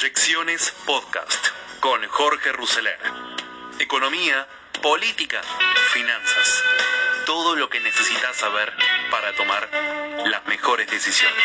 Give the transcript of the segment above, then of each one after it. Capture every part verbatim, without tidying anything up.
Proyecciones Podcast con Jorge Rousseler. Economía, política, finanzas. Todo lo que necesitas saber para tomar las mejores decisiones.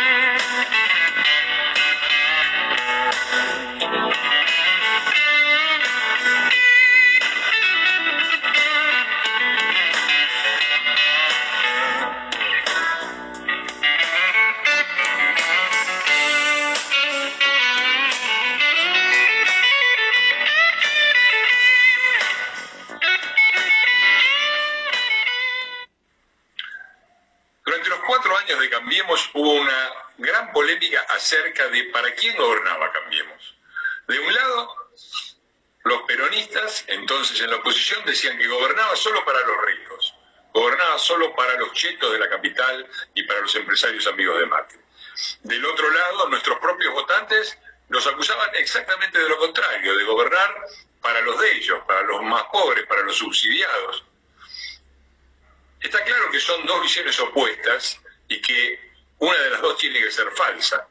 Durante los cuatro años de Cambiemos hubo una gran polémica acerca de para quién gobernaba Cambiemos. De un lado, los peronistas, entonces en la oposición, decían que gobernaba solo para los ricos, gobernaba solo para los chetos de la capital y para los empresarios amigos de Macri. Del otro lado, nuestros propios votantes nos acusaban exactamente de lo contrario, de gobernar para los de ellos, para los más pobres, para los subsidiados. Está claro que son dos visiones opuestas y que una de las dos tiene que ser falsa.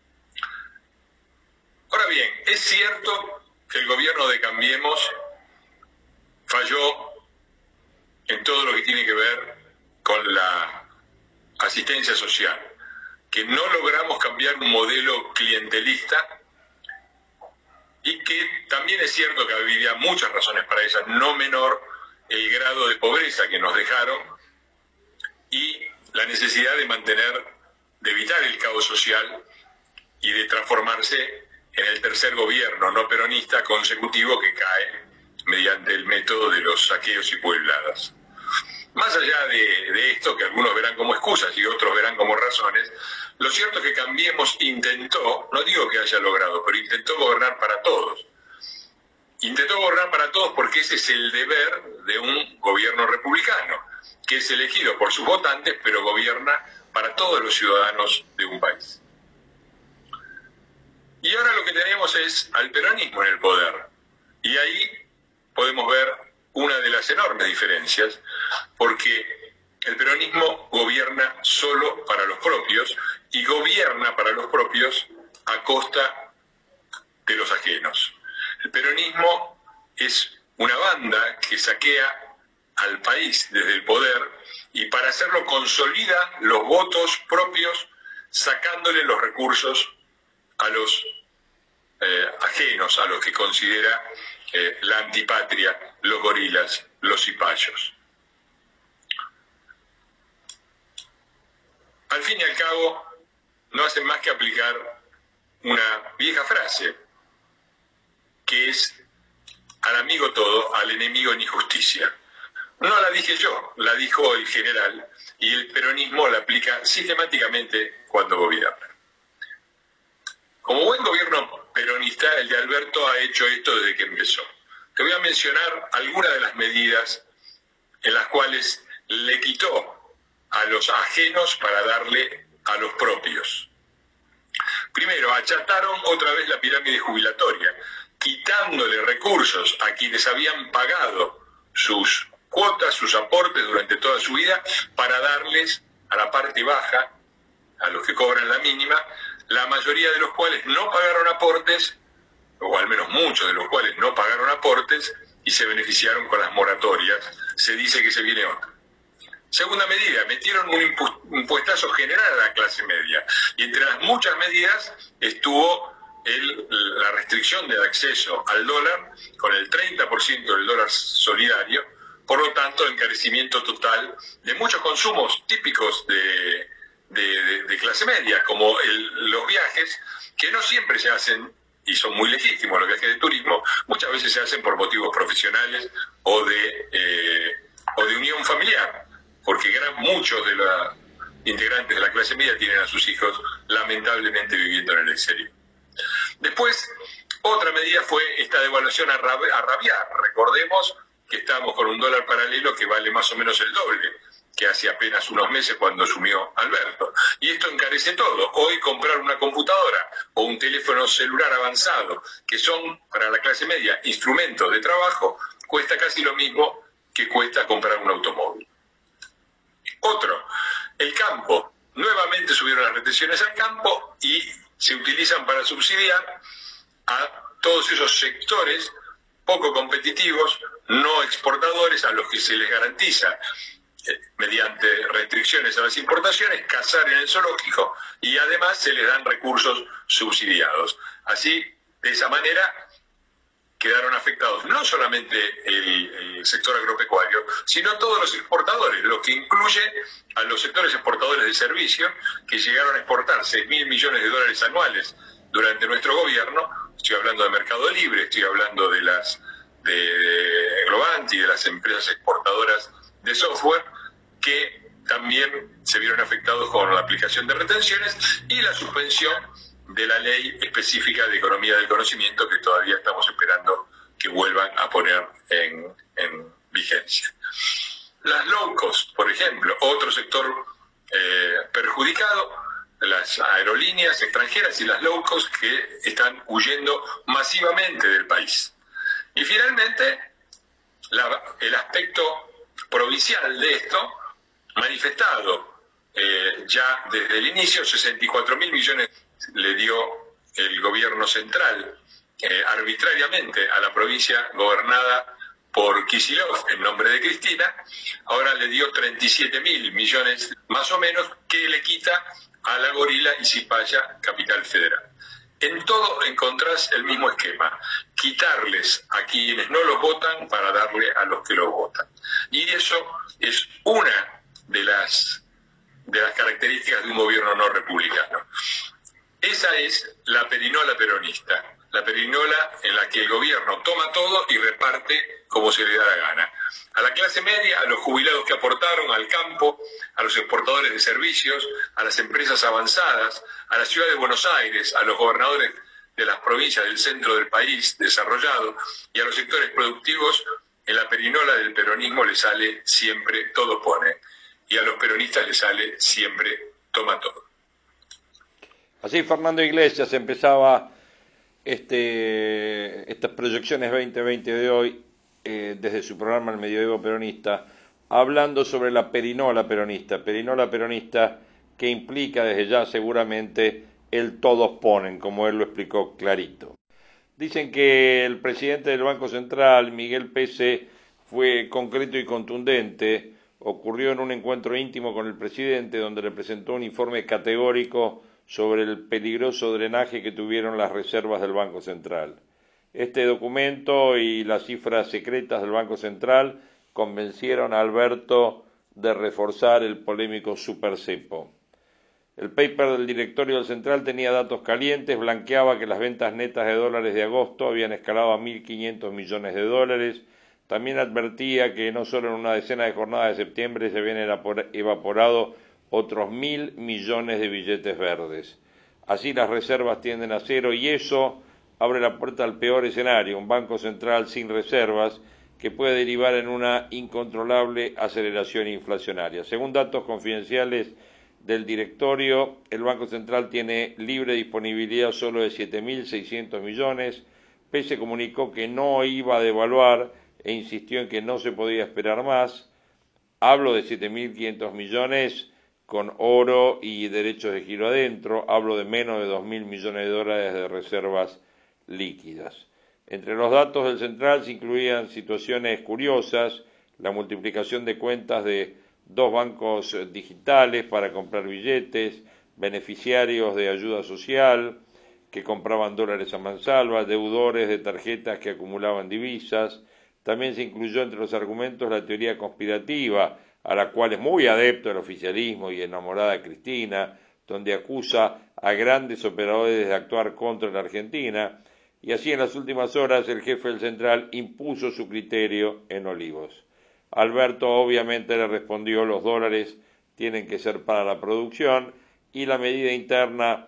Ahora bien, es cierto que el gobierno de Cambiemos falló en todo lo que tiene que ver con la asistencia social, que no logramos cambiar un modelo clientelista y que también es cierto que había muchas razones para ellas, no menor el grado de pobreza que nos dejaron y la necesidad de mantener, de evitar el caos social y de transformarse en el tercer gobierno no peronista consecutivo que cae mediante el método de los saqueos y puebladas. Más allá de, de esto, que algunos verán como excusas y otros verán como razones, lo cierto es que Cambiemos intentó, no digo que haya logrado, pero intentó gobernar para todos. Intentó gobernar para todos porque ese es el deber de un gobierno republicano, que es elegido por sus votantes, pero gobierna para todos los ciudadanos de un país. Y ahora lo que tenemos es al peronismo en el poder. Y ahí podemos ver una de las enormes diferencias, porque el peronismo gobierna solo para los propios y gobierna para los propios a costa de los ajenos. El peronismo es una banda que saquea al país desde el poder y para hacerlo consolida los votos propios sacándole los recursos a los eh, ajenos, a los que considera eh, la antipatria, los gorilas, los cipayos. Al fin y al cabo, no hacen más que aplicar una vieja frase, que es al amigo todo, al enemigo ni justicia. No la dije yo, la dijo el general, y el peronismo la aplica sistemáticamente cuando gobierna. Como buen gobierno peronista, el de Alberto ha hecho esto desde que empezó. Te voy a mencionar algunas de las medidas en las cuales le quitó a los ajenos para darle a los propios. Primero, achataron otra vez la pirámide jubilatoria, quitándole recursos a quienes habían pagado sus cuotas, sus aportes durante toda su vida, para darles a la parte baja, a los que cobran la mínima, la mayoría de los cuales no pagaron aportes, o al menos muchos de los cuales no pagaron aportes, y se beneficiaron con las moratorias. Se dice que se viene otra. Segunda medida, metieron un impuestazo general a la clase media, y entre las muchas medidas estuvo el, la restricción del acceso al dólar, con el treinta por ciento del dólar solidario, por lo tanto encarecimiento total de muchos consumos típicos de, de, de, de clase media, como el, los viajes, que no siempre se hacen, y son muy legítimos los viajes de turismo, muchas veces se hacen por motivos profesionales o de, eh, o de unión familiar, porque gran, muchos de los integrantes de la clase media tienen a sus hijos lamentablemente viviendo en el exterior. Después, otra medida fue esta devaluación a rabiar. Recordemos que estamos con un dólar paralelo que vale más o menos el doble que hace apenas unos meses cuando asumió Alberto. Y esto encarece todo. Hoy comprar una computadora o un teléfono celular avanzado, que son para la clase media instrumentos de trabajo, cuesta casi lo mismo que cuesta comprar un automóvil. Otro, el campo. Nuevamente subieron las retenciones al campo y se utilizan para subsidiar a todos esos sectores poco competitivos, no exportadores, a los que se les garantiza, eh, mediante restricciones a las importaciones, cazar en el zoológico, y además se les dan recursos subsidiados. Así, de esa manera, quedaron afectados no solamente el, el sector agropecuario, sino todos los exportadores, lo que incluye a los sectores exportadores de servicios, que llegaron a exportar seis mil millones de dólares anuales durante nuestro gobierno. Estoy hablando de Mercado Libre, estoy hablando de las de, de Globant y de las empresas exportadoras de software, que también se vieron afectados con la aplicación de retenciones y la suspensión de la ley específica de economía del conocimiento, que todavía estamos esperando que vuelvan a poner en, en vigencia. Las low cost, por ejemplo, otro sector eh, perjudicado, las aerolíneas extranjeras y las low cost, que están huyendo masivamente del país. Y finalmente, la, el aspecto provincial de esto, manifestado eh, ya desde el inicio, sesenta y cuatro mil millones le dio el gobierno central eh, arbitrariamente a la provincia gobernada por Kicillof en nombre de Cristina. Ahora le dio treinta y siete mil millones más o menos, que le quita a La Gorila y Cipaya, capital federal. En todo encontrás el mismo esquema: quitarles a quienes no los votan para darle a los que los votan. Y eso es una de las, de las características de un gobierno no republicano. Esa es la perinola peronista, la perinola en la que el gobierno toma todo y reparte como se le da la gana. A la clase media, a los jubilados que aportaron, al campo, a los exportadores de servicios, a las empresas avanzadas, a la ciudad de Buenos Aires, a los gobernadores de las provincias del centro del país desarrollado y a los sectores productivos, en la perinola del peronismo le sale siempre todo pone, y a los peronistas le sale siempre toma todo. Así Fernando Iglesias empezaba este, estas proyecciones veinte veinte de hoy, eh, desde su programa El Medioevo Peronista, hablando sobre la perinola peronista, perinola peronista que implica desde ya seguramente el todos ponen, como él lo explicó clarito. Dicen que el presidente del Banco Central, Miguel Pese, fue concreto y contundente. Ocurrió en un encuentro íntimo con el presidente, donde le presentó un informe categórico sobre el peligroso drenaje que tuvieron las reservas del Banco Central. Este documento y las cifras secretas del Banco Central convencieron a Alberto de reforzar el polémico supercepo. El paper del directorio del Central tenía datos calientes, blanqueaba que las ventas netas de dólares de agosto habían escalado a mil quinientos millones de dólares. También advertía que no solo en una decena de jornadas de septiembre se habían evaporado otros mil millones de billetes verdes. Así las reservas tienden a cero y eso abre la puerta al peor escenario, un banco central sin reservas que puede derivar en una incontrolable aceleración inflacionaria. Según datos confidenciales del directorio, el Banco Central tiene libre disponibilidad solo de siete mil seiscientos millones. Pese comunicó que no iba a devaluar e insistió en que no se podía esperar más. Hablo de siete mil quinientos millones con oro y derechos de giro adentro. Hablo de menos de dos mil millones de dólares de reservas líquidas. Entre los datos del Central se incluían situaciones curiosas: la multiplicación de cuentas de dos bancos digitales para comprar billetes, beneficiarios de ayuda social que compraban dólares a mansalva, deudores de tarjetas que acumulaban divisas. También se incluyó entre los argumentos la teoría conspirativa, a la cual es muy adepto el oficialismo y enamorada de Cristina, donde acusa a grandes operadores de actuar contra la Argentina, y así en las últimas horas el jefe del Central impuso su criterio en Olivos. Alberto obviamente le respondió: los dólares tienen que ser para la producción, y la medida interna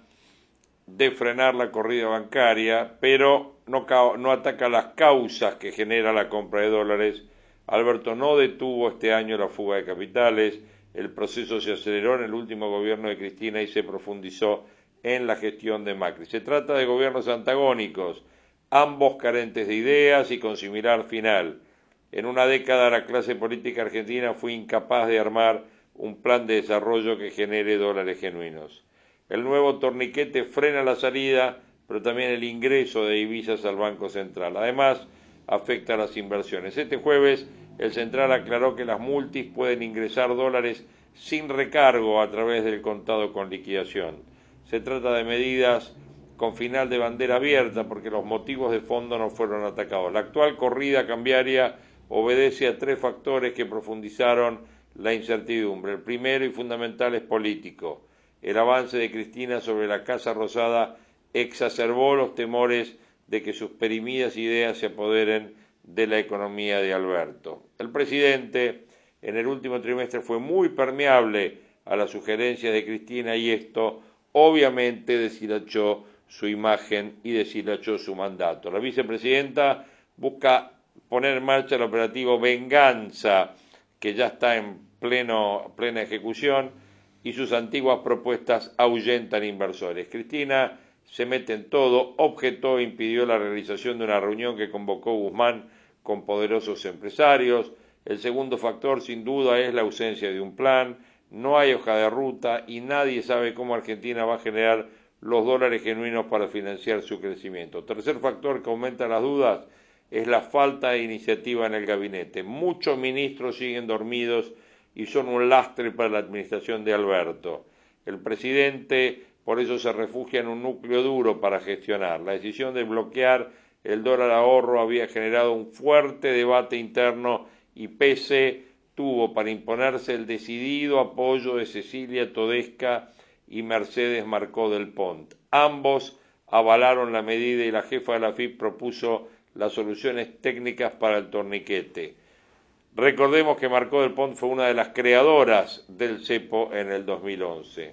de frenar la corrida bancaria, pero no, no ataca las causas que genera la compra de dólares. Alberto no detuvo este año la fuga de capitales. El proceso se aceleró en el último gobierno de Cristina y se profundizó en la gestión de Macri. Se trata de gobiernos antagónicos, ambos carentes de ideas y con similar final. En una década la clase política argentina fue incapaz de armar un plan de desarrollo que genere dólares genuinos. El nuevo torniquete frena la salida pero también el ingreso de divisas al Banco Central. Además, afecta a las inversiones. Este jueves, el Central aclaró que las multis pueden ingresar dólares sin recargo a través del contado con liquidación. Se trata de medidas con final de bandera abierta porque los motivos de fondo no fueron atacados. La actual corrida cambiaria obedece a tres factores que profundizaron la incertidumbre. El primero y fundamental es político. El avance de Cristina sobre la Casa Rosada exacerbó los temores de que sus perimidas ideas se apoderen de la economía de Alberto. El presidente en el último trimestre fue muy permeable a las sugerencias de Cristina y esto obviamente deshilachó su imagen y deshilachó su mandato. La vicepresidenta busca poner en marcha el operativo Venganza, que ya está en pleno, plena ejecución, y sus antiguas propuestas ahuyentan inversores. Cristina se mete en todo, objetó e impidió la realización de una reunión que convocó Guzmán con poderosos empresarios. El segundo factor, sin duda, es la ausencia de un plan, no hay hoja de ruta y nadie sabe cómo Argentina va a generar los dólares genuinos para financiar su crecimiento. Tercer factor que aumenta las dudas es la falta de iniciativa en el gabinete. Muchos ministros siguen dormidos y son un lastre para la administración de Alberto. El presidente por eso se refugia en un núcleo duro para gestionar. La decisión de bloquear el dólar ahorro había generado un fuerte debate interno y Pese tuvo para imponerse el decidido apoyo de Cecilia Todesca y Mercedes Marcó del Pont. Ambos avalaron la medida y la jefa de la F I P propuso las soluciones técnicas para el torniquete. Recordemos que Marcó del Pont fue una de las creadoras del cepo en el dos mil once.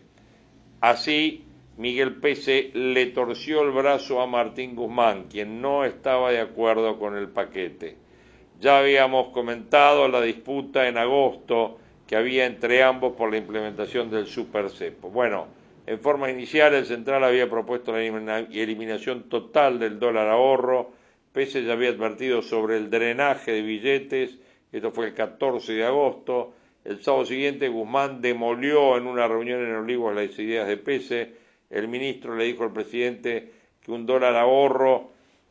Así, Miguel Pese le torció el brazo a Martín Guzmán, quien no estaba de acuerdo con el paquete. Ya habíamos comentado la disputa en agosto que había entre ambos por la implementación del supercepo. Bueno, en forma inicial el Central había propuesto la eliminación total del dólar ahorro. Pese ya había advertido sobre el drenaje de billetes, esto fue el catorce de agosto. El sábado siguiente Guzmán demolió en una reunión en Olivos las ideas de Pese. El ministro le dijo al presidente que un dólar ahorro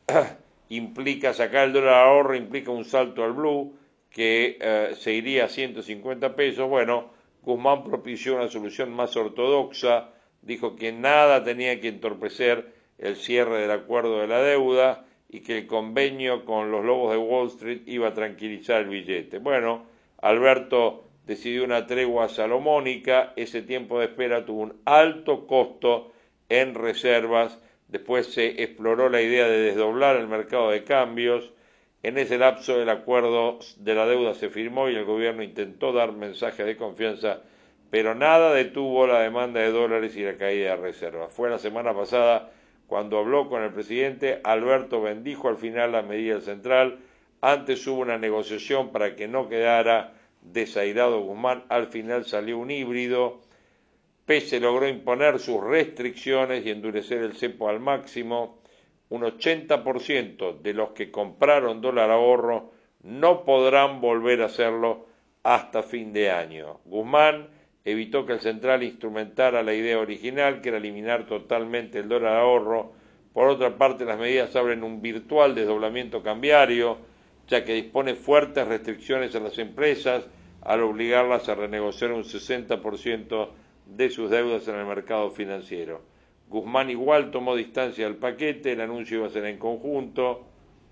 implica, sacar el dólar ahorro implica un salto al blue, que eh, se iría a ciento cincuenta pesos. Bueno, Guzmán propició una solución más ortodoxa, dijo que nada tenía que entorpecer el cierre del acuerdo de la deuda y que el convenio con los lobos de Wall Street iba a tranquilizar el billete. Bueno, Alberto decidió una tregua salomónica, ese tiempo de espera tuvo un alto costo en reservas. Después se exploró la idea de desdoblar el mercado de cambios. En ese lapso el acuerdo de la deuda se firmó y el gobierno intentó dar mensajes de confianza, pero nada detuvo la demanda de dólares y la caída de reservas. Fue la semana pasada cuando habló con el presidente, Alberto bendijo al final la medida central. Antes hubo una negociación para que no quedara desairado Guzmán, al final salió un híbrido. Pese logró imponer sus restricciones y endurecer el cepo al máximo. Un ochenta por ciento de los que compraron dólar ahorro no podrán volver a hacerlo hasta fin de año. Guzmán evitó que el Central instrumentara la idea original, que era eliminar totalmente el dólar ahorro. Por otra parte, las medidas abren un virtual desdoblamiento cambiario, ya que dispone fuertes restricciones a las empresas al obligarlas a renegociar un sesenta por ciento de sus deudas en el mercado financiero. Guzmán igual tomó distancia del paquete, el anuncio iba a ser en conjunto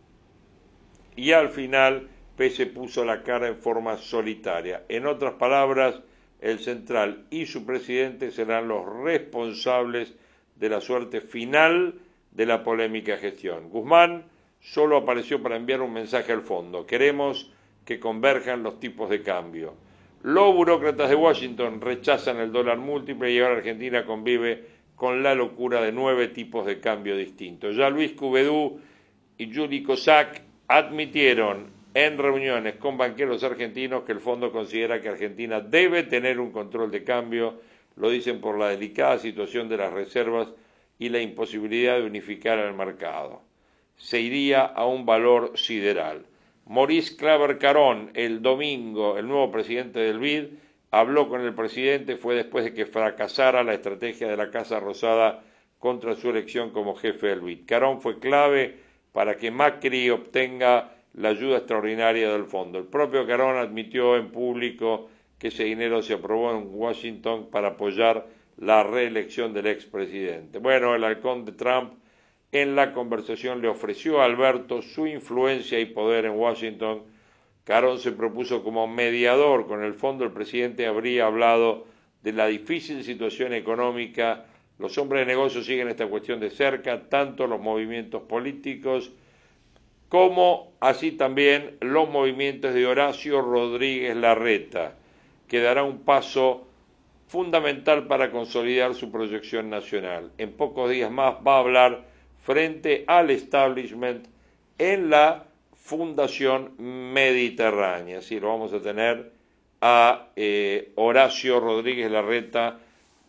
y al final Pese puso la cara en forma solitaria. En otras palabras, el Central y su presidente serán los responsables de la suerte final de la polémica gestión. Guzmán solo apareció para enviar un mensaje al fondo: queremos que converjan los tipos de cambio. Los burócratas de Washington rechazan el dólar múltiple y ahora Argentina convive con la locura de nueve tipos de cambio distintos. Ya Luis Cuvedú y Juli Kozak admitieron en reuniones con banqueros argentinos que el fondo considera que Argentina debe tener un control de cambio. Lo dicen por la delicada situación de las reservas y la imposibilidad de unificar el mercado. Se iría a un valor sideral. Maurice Claver-Caron, el domingo, el nuevo presidente del B I D, habló con el presidente, fue después de que fracasara la estrategia de la Casa Rosada contra su elección como jefe del B I D. Carón fue clave para que Macri obtenga la ayuda extraordinaria del fondo. El propio Carón admitió en público que ese dinero se aprobó en Washington para apoyar la reelección del expresidente. Bueno, el halcón de Trump en la conversación le ofreció a Alberto su influencia y poder en Washington. Carón se propuso como mediador con el fondo. El presidente habría hablado de la difícil situación económica. Los hombres de negocios siguen esta cuestión de cerca, tanto los movimientos políticos como así también los movimientos de Horacio Rodríguez Larreta, que dará un paso fundamental para consolidar su proyección nacional. En pocos días más va a hablar frente al establishment en la Fundación Mediterránea. Sí, lo vamos a tener a eh, Horacio Rodríguez Larreta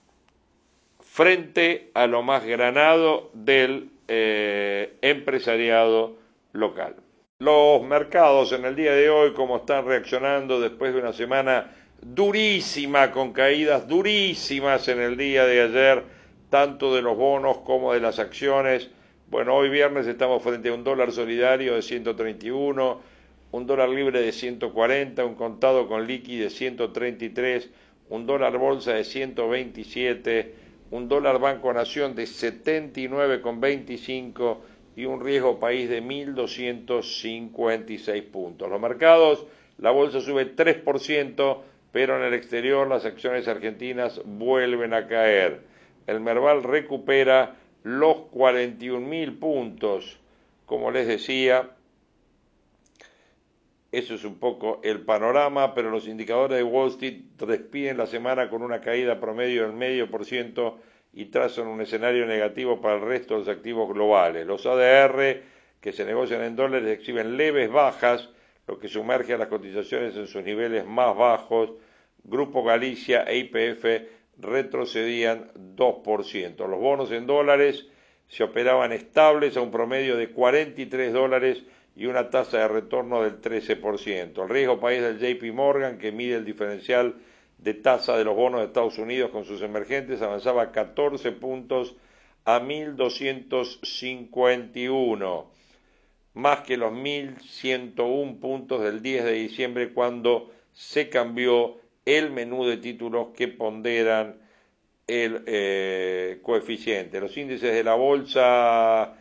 frente a lo más granado del eh, empresariado local. Los mercados en el día de hoy, cómo están reaccionando después de una semana durísima, con caídas durísimas en el día de ayer, tanto de los bonos como de las acciones. Bueno, hoy viernes estamos frente a un dólar solidario de ciento treinta y uno, un dólar libre de ciento cuarenta, un contado con liqui de ciento treinta y tres, un dólar bolsa de ciento veintisiete, un dólar Banco Nación de setenta y nueve con veinticinco y un riesgo país de mil doscientos cincuenta y seis puntos. Los mercados, la bolsa sube tres por ciento, pero en el exterior las acciones argentinas vuelven a caer. El Merval recupera los cuarenta y un mil puntos. Como les decía, eso es un poco el panorama, pero los indicadores de Wall Street despiden la semana con una caída promedio del medio por ciento y trazan un escenario negativo para el resto de los activos globales. Los A D R, que se negocian en dólares, exhiben leves bajas, lo que sumerge a las cotizaciones en sus niveles más bajos. Grupo Galicia e Y P F retrocedían dos por ciento. Los bonos en dólares se operaban estables a un promedio de cuarenta y tres dólares y una tasa de retorno del trece por ciento. El riesgo país del J P Morgan, que mide el diferencial de tasa de los bonos de Estados Unidos con sus emergentes, avanzaba catorce puntos a mil doscientos cincuenta y uno, más que los mil ciento uno puntos del diez de diciembre, cuando se cambió el menú de títulos que ponderan el eh, coeficiente. Los índices de la bolsa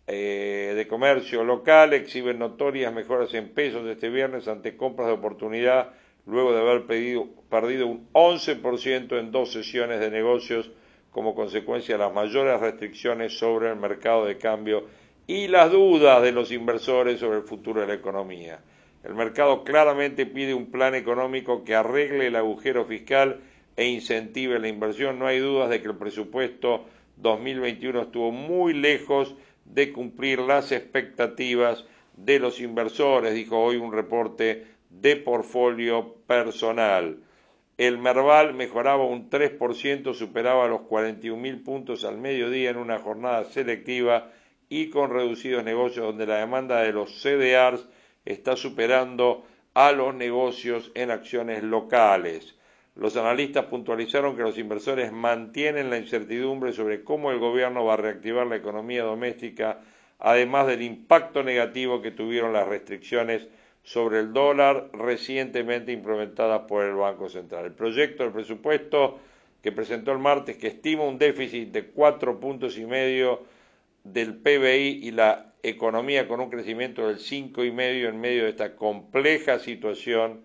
eh, de comercio local exhiben notorias mejoras en pesos este viernes ante compras de oportunidad, luego de haber pedido, perdido un once por ciento en dos sesiones de negocios como consecuencia de las mayores restricciones sobre el mercado de cambio y las dudas de los inversores sobre el futuro de la economía. El mercado claramente pide un plan económico que arregle el agujero fiscal e incentive la inversión. No hay dudas de que el presupuesto dos mil veintiuno estuvo muy lejos de cumplir las expectativas de los inversores, dijo hoy un reporte de portfolio personal. El Merval mejoraba un tres por ciento, superaba los cuarenta y un mil puntos al mediodía en una jornada selectiva y con reducidos negocios donde la demanda de los C D Rs está superando a los negocios en acciones locales. Los analistas puntualizaron que los inversores mantienen la incertidumbre sobre cómo el gobierno va a reactivar la economía doméstica, además del impacto negativo que tuvieron las restricciones sobre el dólar recientemente implementadas por el Banco Central. El proyecto del presupuesto que presentó el martes, que estima un déficit de cuatro puntos y medio del P B I y la economía con un crecimiento del cinco y medio en medio de esta compleja situación,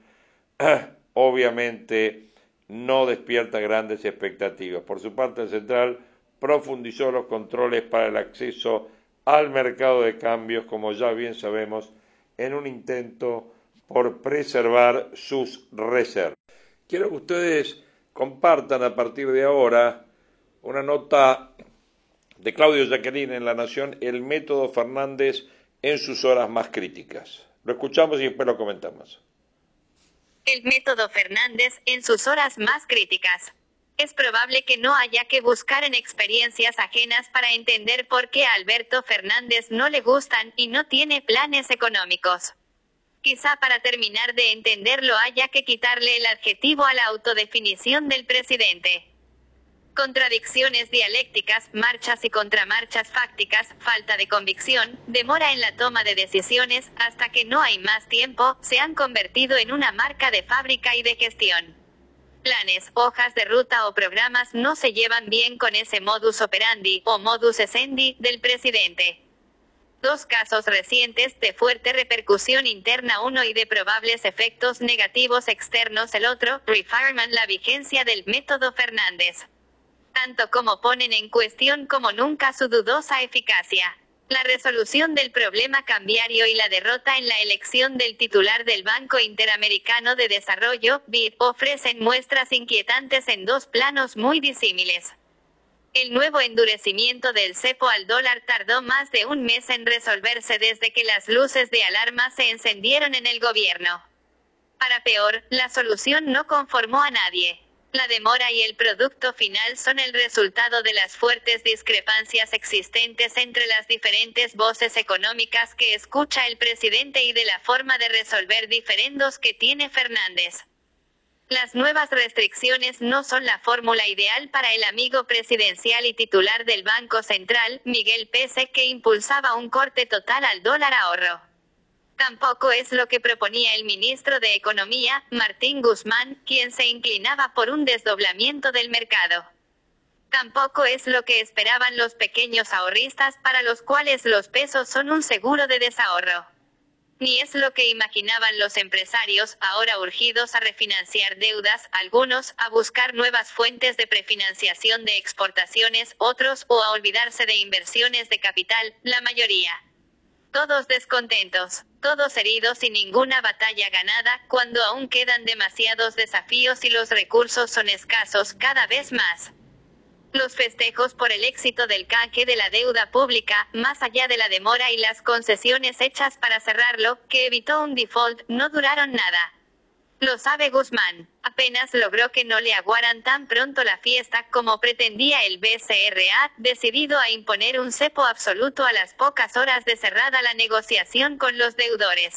obviamente no despierta grandes expectativas. Por su parte, el Central profundizó los controles para el acceso al mercado de cambios, como ya bien sabemos, en un intento por preservar sus reservas. Quiero que ustedes compartan a partir de ahora una nota de Claudio Jacqueline en La Nación, el método Fernández en sus horas más críticas. Lo escuchamos y después lo comentamos. El método Fernández en sus horas más críticas. Es probable que no haya que buscar en experiencias ajenas para entender por qué a Alberto Fernández no le gustan y no tiene planes económicos. Quizá para terminar de entenderlo haya que quitarle el adjetivo a la autodefinición del presidente. Contradicciones dialécticas, marchas y contramarchas fácticas, falta de convicción, demora en la toma de decisiones, hasta que no hay más tiempo, se han convertido en una marca de fábrica y de gestión. Planes, hojas de ruta o programas no se llevan bien con ese modus operandi, o modus essendi, del presidente. Dos casos recientes, de fuerte repercusión interna uno y de probables efectos negativos externos el otro, reafirman la vigencia del método Fernández. Tanto como ponen en cuestión como nunca su dudosa eficacia. La resolución del problema cambiario y la derrota en la elección del titular del Banco Interamericano de Desarrollo, B I D, ofrecen muestras inquietantes en dos planos muy disímiles. El nuevo endurecimiento del cepo al dólar tardó más de un mes en resolverse desde que las luces de alarma se encendieron en el gobierno. Para peor, la solución no conformó a nadie. La demora y el producto final son el resultado de las fuertes discrepancias existentes entre las diferentes voces económicas que escucha el presidente y de la forma de resolver diferendos que tiene Fernández. Las nuevas restricciones no son la fórmula ideal para el amigo presidencial y titular del Banco Central, Miguel Pese, que impulsaba un corte total al dólar ahorro. Tampoco es lo que proponía el ministro de Economía, Martín Guzmán, quien se inclinaba por un desdoblamiento del mercado. Tampoco es lo que esperaban los pequeños ahorristas, para los cuales los pesos son un seguro de desahorro. Ni es lo que imaginaban los empresarios, ahora urgidos a refinanciar deudas, algunos, a buscar nuevas fuentes de prefinanciación de exportaciones, otros, o a olvidarse de inversiones de capital, la mayoría. Todos descontentos, todos heridos y ninguna batalla ganada, cuando aún quedan demasiados desafíos y los recursos son escasos cada vez más. Los festejos por el éxito del canje de la deuda pública, más allá de la demora y las concesiones hechas para cerrarlo, que evitó un default, no duraron nada. Lo sabe Guzmán. Apenas logró que no le aguaran tan pronto la fiesta como pretendía el B C R A, decidido a imponer un cepo absoluto a las pocas horas de cerrada la negociación con los deudores.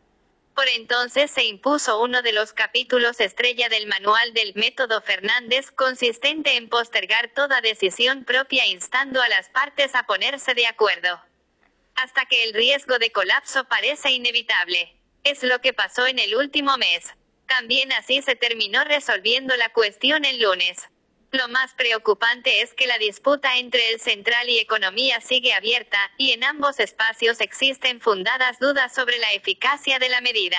Por entonces se impuso uno de los capítulos estrella del manual del método Fernández, consistente en postergar toda decisión propia instando a las partes a ponerse de acuerdo. Hasta que el riesgo de colapso parece inevitable. Es lo que pasó en el último mes. También así se terminó resolviendo la cuestión el lunes. Lo más preocupante es que la disputa entre el Central y Economía sigue abierta, y en ambos espacios existen fundadas dudas sobre la eficacia de la medida.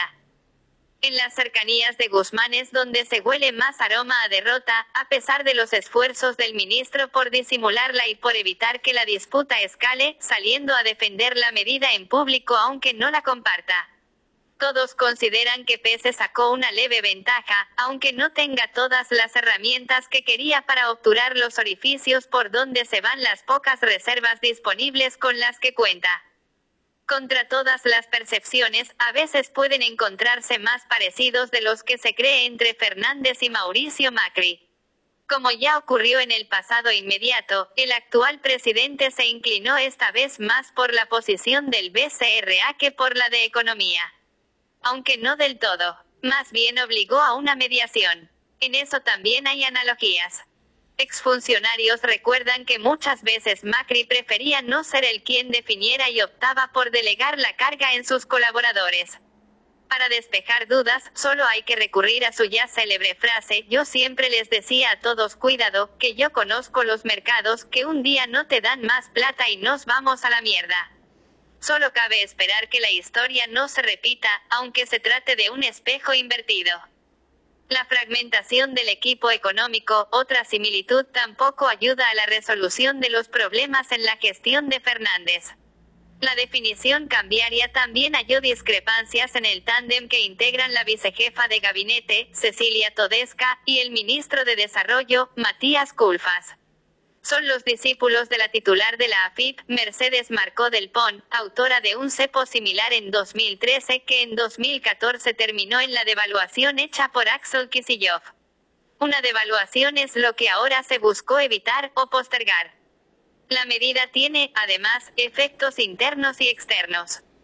En las cercanías de Guzmán es donde se huele más aroma a derrota, a pesar de los esfuerzos del ministro por disimularla y por evitar que la disputa escale, saliendo a defender la medida en público aunque no la comparta. Todos consideran que Pese sacó una leve ventaja, aunque no tenga todas las herramientas que quería para obturar los orificios por donde se van las pocas reservas disponibles con las que cuenta. Contra todas las percepciones, a veces pueden encontrarse más parecidos de los que se cree entre Fernández y Mauricio Macri. Como ya ocurrió en el pasado inmediato, el actual presidente se inclinó esta vez más por la posición del B C R A que por la de Economía. Aunque no del todo. Más bien obligó a una mediación. En eso también hay analogías. Exfuncionarios recuerdan que muchas veces Macri prefería no ser el quien definiera y optaba por delegar la carga en sus colaboradores. Para despejar dudas, solo hay que recurrir a su ya célebre frase: yo siempre les decía a todos cuidado, que yo conozco los mercados, que un día no te dan más plata y nos vamos a la mierda. Solo cabe esperar que la historia no se repita, aunque se trate de un espejo invertido. La fragmentación del equipo económico, otra similitud, tampoco ayuda a la resolución de los problemas en la gestión de Fernández. La definición cambiaria también halló discrepancias en el tándem que integran la vicejefa de gabinete, Cecilia Todesca, y el ministro de Desarrollo, Matías Culfas. Son los discípulos de la titular de la A F I P, Mercedes Marcó del Pon, autora de un cepo similar en dos mil trece que en dos mil catorce terminó en la devaluación hecha por Axel Kicillof. Una devaluación es lo que ahora se buscó evitar o postergar. La medida tiene, además, efectos internos y externos.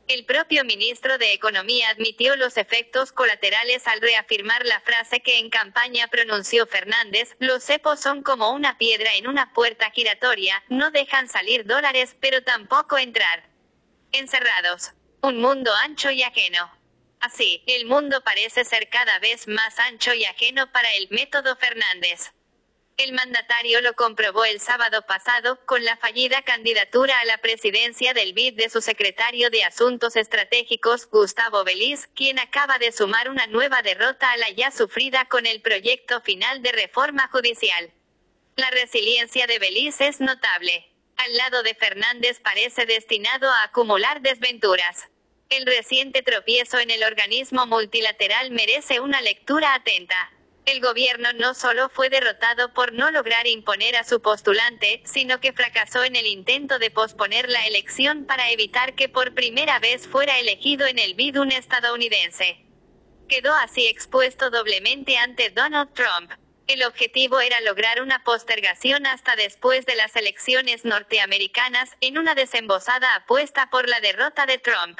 El propio ministro de Economía admitió los efectos colaterales al reafirmar la frase que en campaña pronunció Fernández: los cepos son como una piedra en una puerta giratoria, no dejan salir dólares pero tampoco entrar. Encerrados. Un mundo ancho y ajeno. Así, el mundo parece ser cada vez más ancho y ajeno para el método Fernández. El mandatario lo comprobó el sábado pasado, con la fallida candidatura a la presidencia del B I D de su secretario de Asuntos Estratégicos, Gustavo Beliz, quien acaba de sumar una nueva derrota a la ya sufrida con el proyecto final de reforma judicial. La resiliencia de Beliz es notable. Al lado de Fernández parece destinado a acumular desventuras. El reciente tropiezo en el organismo multilateral merece una lectura atenta. El gobierno no solo fue derrotado por no lograr imponer a su postulante, sino que fracasó en el intento de posponer la elección para evitar que por primera vez fuera elegido en el B I D un estadounidense. Quedó así expuesto doblemente ante Donald Trump. El objetivo era lograr una postergación hasta después de las elecciones norteamericanas, en una desembosada apuesta por la derrota de Trump.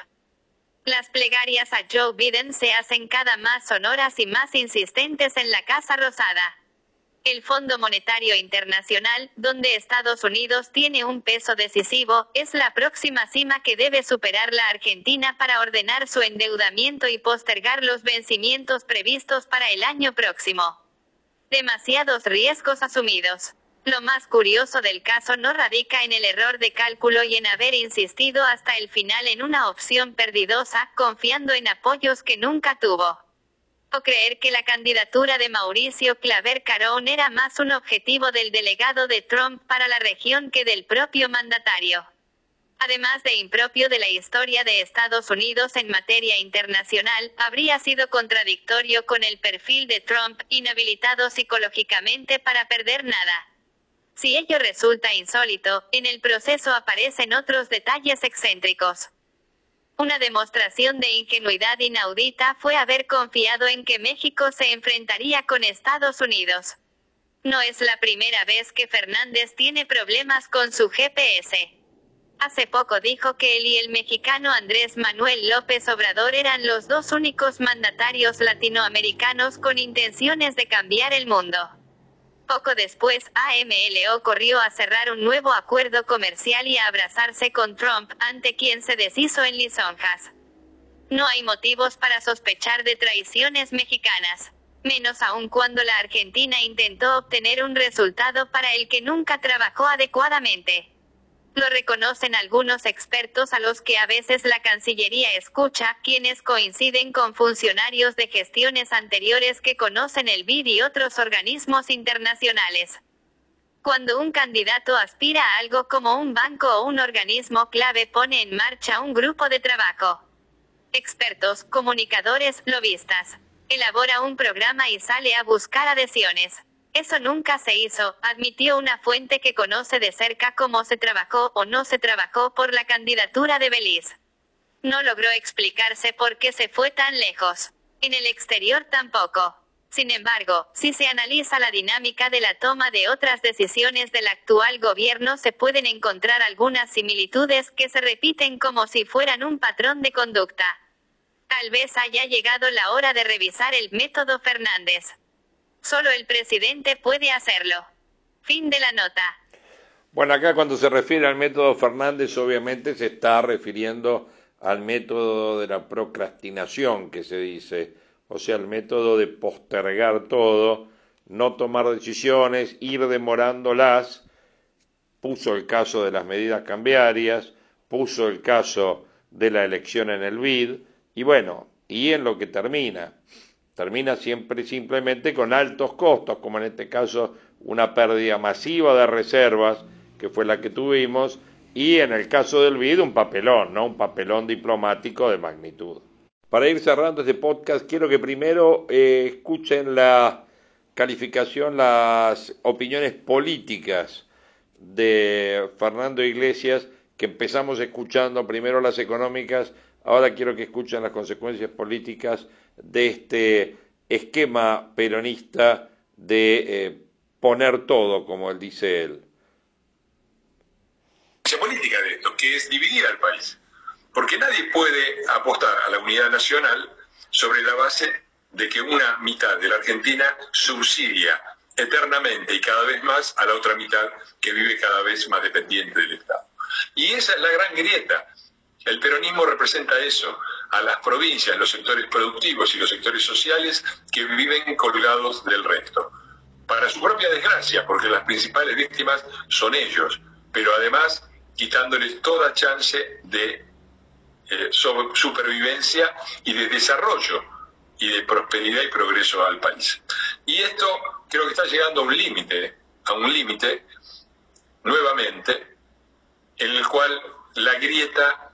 Las plegarias a Joe Biden se hacen cada más sonoras y más insistentes en la Casa Rosada. El Fondo Monetario Internacional, donde Estados Unidos tiene un peso decisivo, es la próxima cima que debe superar la Argentina para ordenar su endeudamiento y postergar los vencimientos previstos para el año próximo. Demasiados riesgos asumidos. Lo más curioso del caso no radica en el error de cálculo y en haber insistido hasta el final en una opción perdidosa, confiando en apoyos que nunca tuvo. O creer que la candidatura de Mauricio Claver Carón era más un objetivo del delegado de Trump para la región que del propio mandatario. Además de impropio de la historia de Estados Unidos en materia internacional, habría sido contradictorio con el perfil de Trump, inhabilitado psicológicamente para perder nada. Si ello resulta insólito, en el proceso aparecen otros detalles excéntricos. Una demostración de ingenuidad inaudita fue haber confiado en que México se enfrentaría con Estados Unidos. No es la primera vez que Fernández tiene problemas con su G P S. Hace poco dijo que él y el mexicano Andrés Manuel López Obrador eran los dos únicos mandatarios latinoamericanos con intenciones de cambiar el mundo. Poco después, A M L O corrió a cerrar un nuevo acuerdo comercial y a abrazarse con Trump, ante quien se deshizo en lisonjas. No hay motivos para sospechar de traiciones mexicanas. Menos aún cuando la Argentina intentó obtener un resultado para el que nunca trabajó adecuadamente. Lo reconocen algunos expertos a los que a veces la Cancillería escucha, quienes coinciden con funcionarios de gestiones anteriores que conocen el B I D y otros organismos internacionales. Cuando un candidato aspira a algo como un banco o un organismo clave, pone en marcha un grupo de trabajo. Expertos, comunicadores, lobistas. Elabora un programa y sale a buscar adhesiones. Eso nunca se hizo, admitió una fuente que conoce de cerca cómo se trabajó o no se trabajó por la candidatura de Beliz. No logró explicarse por qué se fue tan lejos. En el exterior tampoco. Sin embargo, si se analiza la dinámica de la toma de otras decisiones del actual gobierno, se pueden encontrar algunas similitudes que se repiten como si fueran un patrón de conducta. Tal vez haya llegado la hora de revisar el método Fernández. Solo el presidente puede hacerlo. Fin de la nota. Bueno, acá cuando se refiere al método Fernández, obviamente se está refiriendo al método de la procrastinación que se dice, o sea, el método de postergar todo, no tomar decisiones, ir demorándolas. Puso el caso de las medidas cambiarias, puso el caso de la elección en el B I D, y bueno, y en lo que termina. Termina siempre simplemente con altos costos, como en este caso una pérdida masiva de reservas, que fue la que tuvimos, y en el caso del B I D un papelón, ¿no? Un papelón diplomático de magnitud. Para ir cerrando este podcast, quiero que primero eh, escuchen la calificación, las opiniones políticas de Fernando Iglesias, que empezamos escuchando primero las económicas, ahora quiero que escuchen las consecuencias políticas de este esquema peronista de eh, poner todo, como él dice él. La política de esto, que es dividir al país. Porque nadie puede apostar a la unidad nacional sobre la base de que una mitad de la Argentina subsidia eternamente y cada vez más a la otra mitad que vive cada vez más dependiente del Estado. Y esa es la gran grieta. El peronismo representa eso, a las provincias, los sectores productivos y los sectores sociales que viven colgados del resto. Para su propia desgracia, porque las principales víctimas son ellos, pero además quitándoles toda chance de eh, supervivencia y de desarrollo y de prosperidad y progreso al país. Y esto creo que está llegando a un límite, a un límite, nuevamente, en el cual la grieta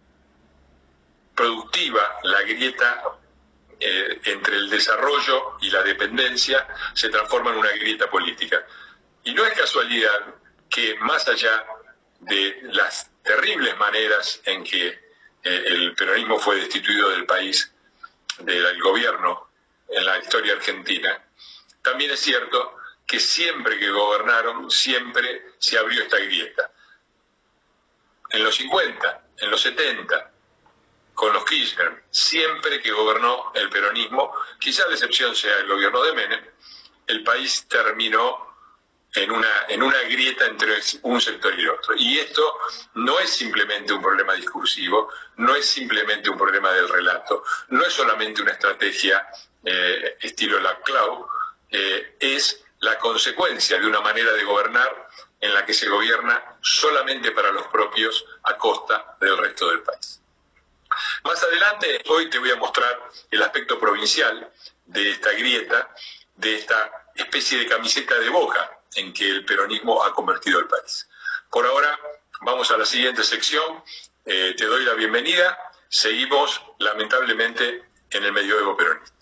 productiva, la grieta eh, entre el desarrollo y la dependencia se transforma en una grieta política. Y no es casualidad que más allá de las terribles maneras en que eh, el peronismo fue destituido del país, del gobierno en la historia argentina, también es cierto que siempre que gobernaron, siempre se abrió esta grieta. En los cincuenta, en los setenta, con los Kirchner, siempre que gobernó el peronismo, quizá la excepción sea el gobierno de Menem, el país terminó en una, en una grieta entre un sector y el otro. Y esto no es simplemente un problema discursivo, no es simplemente un problema del relato, no es solamente una estrategia eh, estilo Laclau, eh, es la consecuencia de una manera de gobernar en la que se gobierna solamente para los propios a costa del resto del país. Más adelante, hoy te voy a mostrar el aspecto provincial de esta grieta, de esta especie de camiseta de Boca en que el peronismo ha convertido el país. Por ahora, vamos a la siguiente sección. Eh, te doy la bienvenida. Seguimos, lamentablemente, en el medioevo peronista.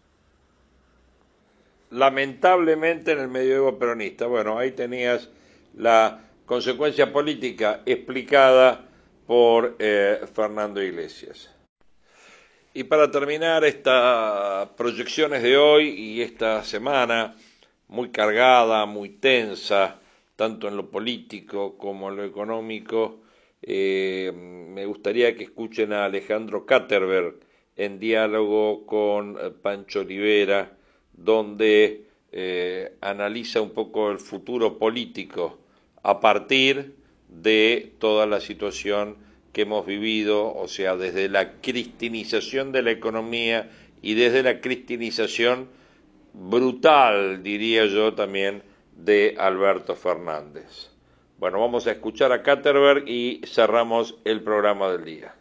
Lamentablemente en el medioevo peronista. Bueno, ahí tenías la consecuencia política explicada por eh, Fernando Iglesias. Y para terminar estas proyecciones de hoy y esta semana muy cargada, muy tensa, tanto en lo político como en lo económico, eh, me gustaría que escuchen a Alejandro Katterberg en diálogo con Pancho Olivera, donde eh, analiza un poco el futuro político a partir de toda la situación que hemos vivido, o sea, desde la cristinización de la economía y desde la cristinización brutal, diría yo también, de Alberto Fernández. Bueno, vamos a escuchar a Katterberg y cerramos el programa del día.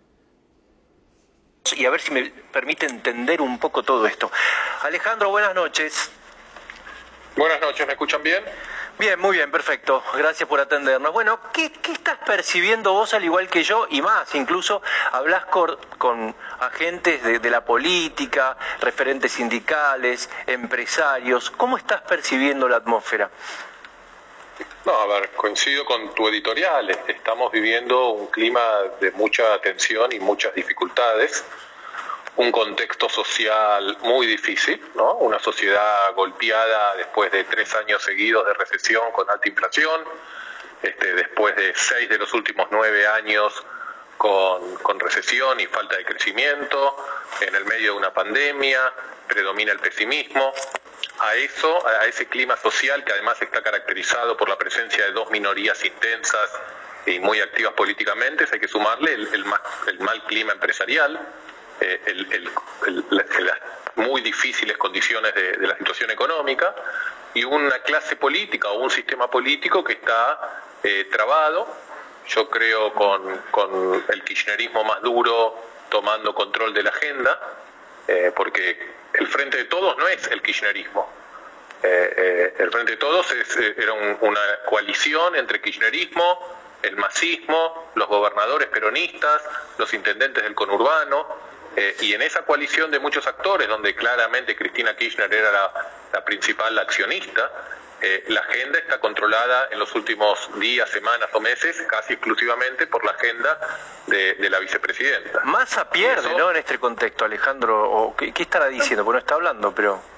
Y a ver si me permite entender un poco todo esto. Alejandro, buenas noches. Buenas noches, ¿me escuchan bien? Bien, muy bien, perfecto. Gracias por atendernos. Bueno, ¿qué, qué estás percibiendo vos al igual que yo? Y más, incluso hablas con, con agentes de, de la política, referentes sindicales, empresarios. ¿Cómo estás percibiendo la atmósfera? No, a ver, coincido con tu editorial. Estamos viviendo un clima de mucha tensión y muchas dificultades. Un contexto social muy difícil, ¿no? Una sociedad golpeada después de tres años seguidos de recesión con alta inflación, este, después de seis de los últimos nueve años con, con recesión y falta de crecimiento, en el medio de una pandemia, predomina el pesimismo. A eso, a ese clima social que además está caracterizado por la presencia de dos minorías intensas y muy activas políticamente, hay que sumarle el, el, mal, el mal clima empresarial, eh, el, el, el, el, las muy difíciles condiciones de, de la situación económica y una clase política o un sistema político que está eh, trabado, yo creo con, con el kirchnerismo más duro tomando control de la agenda, eh, porque el Frente de Todos no es el kirchnerismo. Eh, eh, el Frente de Todos es, eh, era un, una coalición entre kirchnerismo, el masismo, los gobernadores peronistas, los intendentes del conurbano, eh, y en esa coalición de muchos actores, donde claramente Cristina Kirchner era la, la principal accionista, eh, la agenda está controlada en los últimos días, semanas o meses casi exclusivamente por la agenda de, de la vicepresidenta. Massa pierde, eso, ¿no? En este contexto, Alejandro, o ¿qué, qué estará diciendo? Porque no está hablando, pero...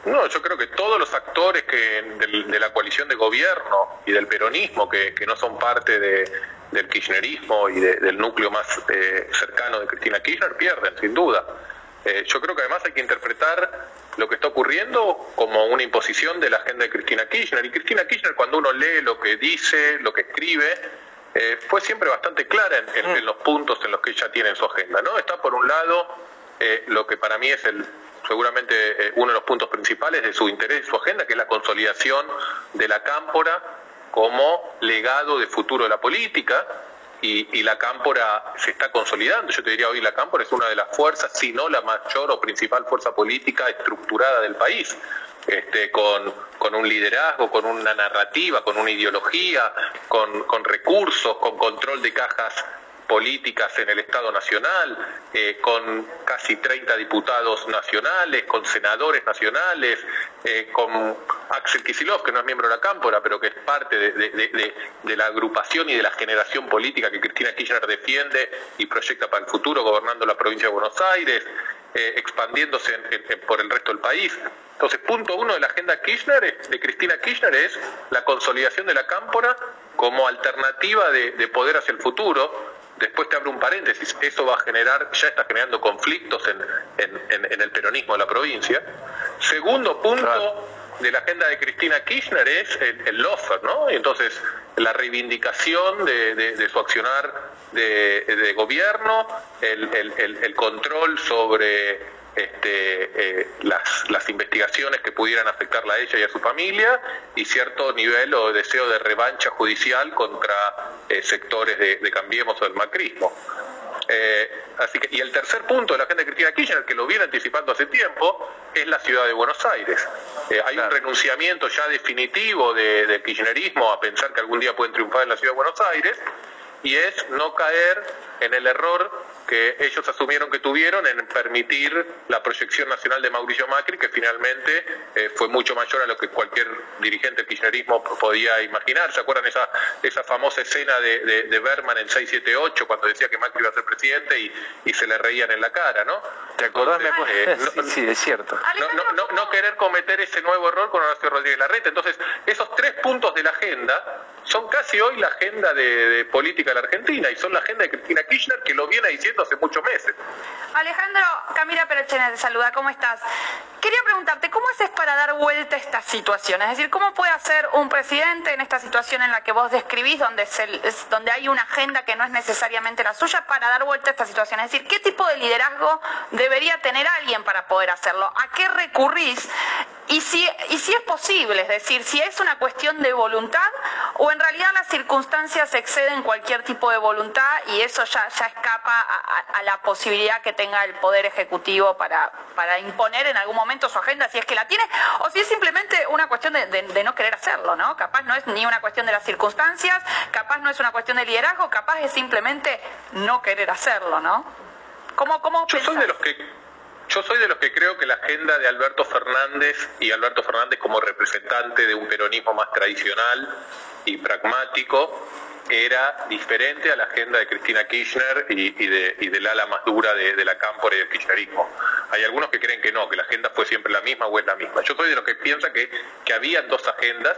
No, yo creo que todos los actores que del, de la coalición de gobierno y del peronismo que, que no son parte de, del kirchnerismo y de, del núcleo más eh, cercano de Cristina Kirchner pierden, sin duda. Eh, yo creo que además hay que interpretar lo que está ocurriendo como una imposición de la agenda de Cristina Kirchner. Y Cristina Kirchner, cuando uno lee lo que dice, lo que escribe, eh, fue siempre bastante clara en, en, en los puntos en los que ella tiene en su agenda, ¿no? Está por un lado eh, lo que para mí es el seguramente eh, uno de los puntos principales de su interés, de su agenda, que es la consolidación de la cámpora como legado de futuro de la política, y, y la cámpora se está consolidando. Yo te diría hoy la cámpora es una de las fuerzas, si no la mayor o principal fuerza política estructurada del país, este, con, con un liderazgo, con una narrativa, con una ideología, con, con recursos, con control de cajas políticas en el Estado Nacional, eh, con casi treinta diputados nacionales, con senadores nacionales, eh, con Axel Kicillof, que no es miembro de la Cámpora, pero que es parte de, de, de, de la agrupación y de la generación política que Cristina Kirchner defiende y proyecta para el futuro, gobernando la provincia de Buenos Aires, eh, expandiéndose en, en, por el resto del país. Entonces, punto uno de la agenda Kirchner, de Cristina Kirchner, es la consolidación de la Cámpora como alternativa de, de poder hacia el futuro. Después te abro un paréntesis, eso va a generar, ya está generando conflictos en, en, en, en el peronismo de la provincia. Segundo punto claro. de la agenda de Cristina Kirchner es el, el lawfare, ¿no? Y entonces la reivindicación de, de, de su accionar de, de gobierno, el, el, el, el control sobre este, eh, las, las investigaciones que pudieran afectarla a ella y a su familia, y cierto nivel o deseo de revancha judicial contra eh, sectores de, de Cambiemos o del macrismo. Eh, así que, y el tercer punto de la agenda de Cristina Kirchner, que lo viene anticipando hace tiempo, es la ciudad de Buenos Aires. Eh, hay claro. un renunciamiento ya definitivo de, del kirchnerismo a pensar que algún día pueden triunfar en la ciudad de Buenos Aires, y es no caer en el error que ellos asumieron que tuvieron en permitir la proyección nacional de Mauricio Macri, que finalmente eh, fue mucho mayor a lo que cualquier dirigente del kirchnerismo podía imaginar. ¿Se acuerdan esa esa famosa escena de, de, de Berman en seis siete ocho, cuando decía que Macri iba a ser presidente y, y se le reían en la cara, ¿no? ¿Te acordás? Entonces, eh, no, sí, sí, es cierto. No, no, no, no querer cometer ese nuevo error con Horacio Rodríguez Larreta. Entonces, esos tres puntos de la agenda son casi hoy la agenda de, de política de la Argentina, y son la agenda de Cristina Kirchner, que lo viene diciendo hace muchos meses. Alejandro, Camila Perochena te saluda, ¿cómo estás? Quería preguntarte, ¿cómo haces para dar vuelta a esta situación? Es decir, ¿cómo puede hacer un presidente en esta situación en la que vos describís, donde, se, es, donde hay una agenda que no es necesariamente la suya, para dar vuelta a esta situación? Es decir, ¿qué tipo de liderazgo debería tener alguien para poder hacerlo? ¿A qué recurrís? Y si, y si es posible, es decir, si es una cuestión de voluntad o en realidad las circunstancias exceden cualquier tipo de voluntad y eso ya, ya escapa a, a, a la posibilidad que tenga el Poder Ejecutivo para, para imponer en algún momento su agenda, si es que la tiene, o si es simplemente una cuestión de, de, de no querer hacerlo, ¿no? Capaz no es ni una cuestión de las circunstancias, capaz no es una cuestión de liderazgo, capaz es simplemente no querer hacerlo, ¿no? ¿Cómo, cómo Yo soy de los que Yo soy de los que creo que la agenda de Alberto Fernández, y Alberto Fernández como representante de un peronismo más tradicional y pragmático, era diferente a la agenda de Cristina Kirchner y, y, de, y del ala más dura de, de la cámpora y del kirchnerismo. Hay algunos que creen que no, que la agenda fue siempre la misma o es la misma. Yo soy de los que piensa que, que había dos agendas.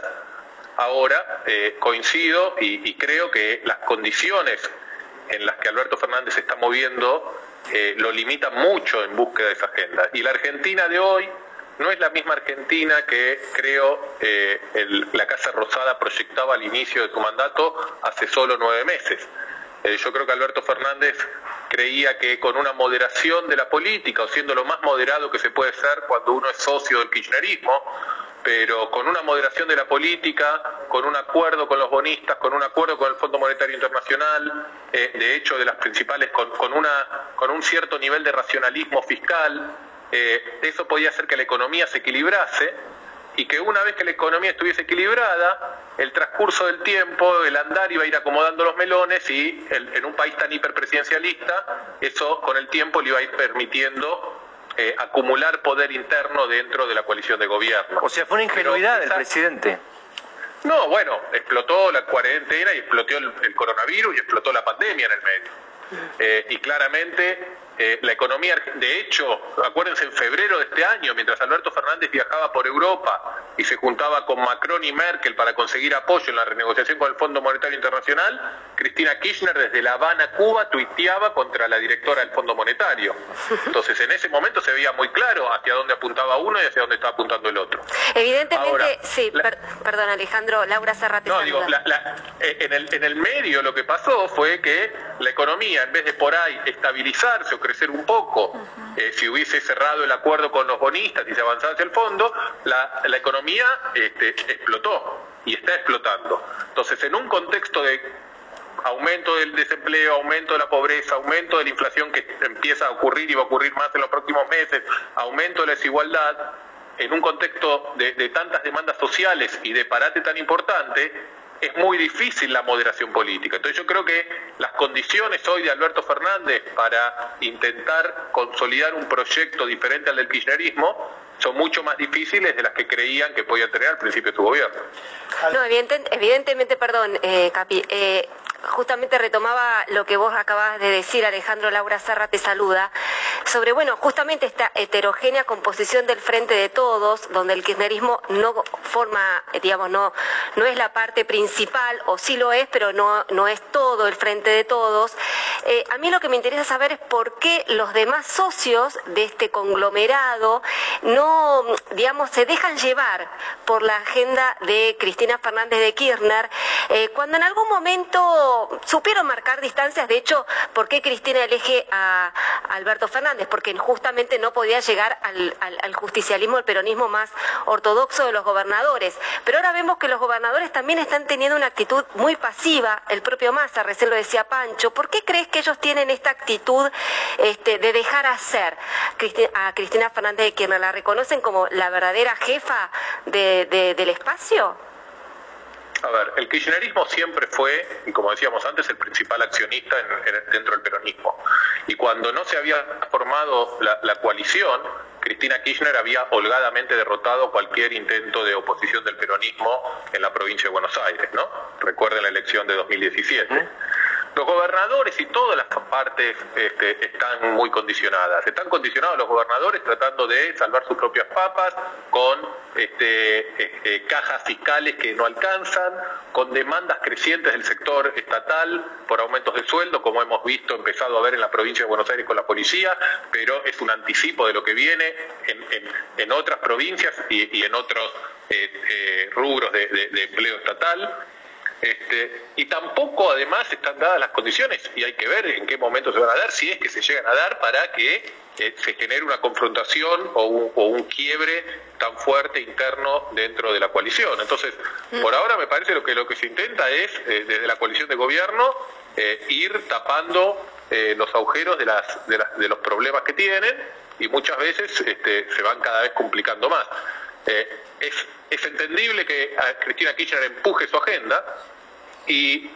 Ahora eh, coincido y, y creo que las condiciones en las que Alberto Fernández se está moviendo eh, lo limita mucho en búsqueda de esa agenda. Y la Argentina de hoy no es la misma Argentina que creo eh, el, la Casa Rosada proyectaba al inicio de su mandato hace solo nueve meses. Eh, yo creo que Alberto Fernández creía que con una moderación de la política, o siendo lo más moderado que se puede ser cuando uno es socio del kirchnerismo, pero con una moderación de la política, con un acuerdo con los bonistas, con un acuerdo con el Fondo Monetario Internacional, eh, de hecho de las principales, con, con, una, con un cierto nivel de racionalismo fiscal, eh, eso podía hacer que la economía se equilibrase, y que una vez que la economía estuviese equilibrada, el transcurso del tiempo, el andar iba a ir acomodando los melones, y el, en un país tan hiperpresidencialista, eso con el tiempo le iba a ir permitiendo Eh, acumular poder interno dentro de la coalición de gobierno. O sea, fue una ingenuidad del presidente. No, bueno, explotó la cuarentena y explotó el, el coronavirus y explotó la pandemia en el medio. Eh, y claramente eh, la economía, de hecho, acuérdense, en febrero de este año, mientras Alberto Fernández viajaba por Europa y se juntaba con Macron y Merkel para conseguir apoyo en la renegociación con el Fondo Monetario Internacional, Cristina Kirchner desde La Habana, Cuba, tuiteaba contra la directora del Fondo Monetario. Entonces, en ese momento se veía muy claro hacia dónde apuntaba uno y hacia dónde estaba apuntando el otro. Evidentemente, Ahora, sí, la, per, perdón Alejandro, Laura Serra te No, saluda. digo, la, la, en, el, en el medio lo que pasó fue que la economía, en vez de por ahí estabilizarse o crecer un poco, uh-huh. eh, si hubiese cerrado el acuerdo con los bonistas y se avanzaba hacia el fondo, la, la economía este, explotó y está explotando. Entonces, en un contexto de aumento del desempleo, aumento de la pobreza, aumento de la inflación que empieza a ocurrir y va a ocurrir más en los próximos meses, aumento de la desigualdad, en un contexto de, de tantas demandas sociales y de parate tan importante, es muy difícil la moderación política. Entonces yo creo que las condiciones hoy de Alberto Fernández para intentar consolidar un proyecto diferente al del kirchnerismo son mucho más difíciles de las que creían que podía tener al principio de su gobierno. No, evidente, evidentemente, perdón, eh, Capi, eh, justamente retomaba lo que vos acabas de decir, Alejandro. Laura Serra te saluda, sobre, bueno, justamente esta heterogénea composición del Frente de Todos, donde el kirchnerismo no forma, digamos, no, no es la parte principal, o sí lo es, pero no, no es todo el Frente de Todos. Eh, a mí lo que me interesa saber es por qué los demás socios de este conglomerado no, digamos, se dejan llevar por la agenda de Cristina Fernández de Kirchner, eh, cuando en algún momento supieron marcar distancias. De hecho, ¿por qué Cristina elige a, a Alberto Fernández? Porque justamente no podía llegar al, al, al justicialismo, al peronismo más ortodoxo de los gobernadores. Pero ahora vemos que los gobernadores también están teniendo una actitud muy pasiva. El propio Massa, recién lo decía Pancho. ¿Por qué crees que ellos tienen esta actitud este, de dejar hacer a Cristina Fernández de Kirchner? ¿La reconocen como la verdadera jefa de, de, del espacio? A ver, el kirchnerismo siempre fue, y como decíamos antes, el principal accionista en, en, dentro del peronismo. Y cuando no se había formado la, la coalición, Cristina Kirchner había holgadamente derrotado cualquier intento de oposición del peronismo en la provincia de Buenos Aires, ¿no? Recuerden la elección de dos mil diecisiete. ¿Eh? Los gobernadores y todas las partes este, están muy condicionadas. Están condicionados los gobernadores tratando de salvar sus propias papas con este, este, cajas fiscales que no alcanzan, con demandas crecientes del sector estatal por aumentos de sueldo, como hemos visto, empezado a ver en la provincia de Buenos Aires con la policía, pero es un anticipo de lo que viene en, en, en otras provincias y, y en otros eh, eh, rubros de, de, de empleo estatal. Este, y tampoco además están dadas las condiciones y hay que ver en qué momento se van a dar, si es que se llegan a dar, para que eh, se genere una confrontación o un, o un quiebre tan fuerte interno dentro de la coalición. Entonces, por ahora me parece lo que lo que se intenta es, eh, desde la coalición de gobierno, eh, ir tapando eh, los agujeros de, las, de, las, de los problemas que tienen, y muchas veces este, se van cada vez complicando más. Eh, es, es entendible que a Cristina Kirchner empuje su agenda, y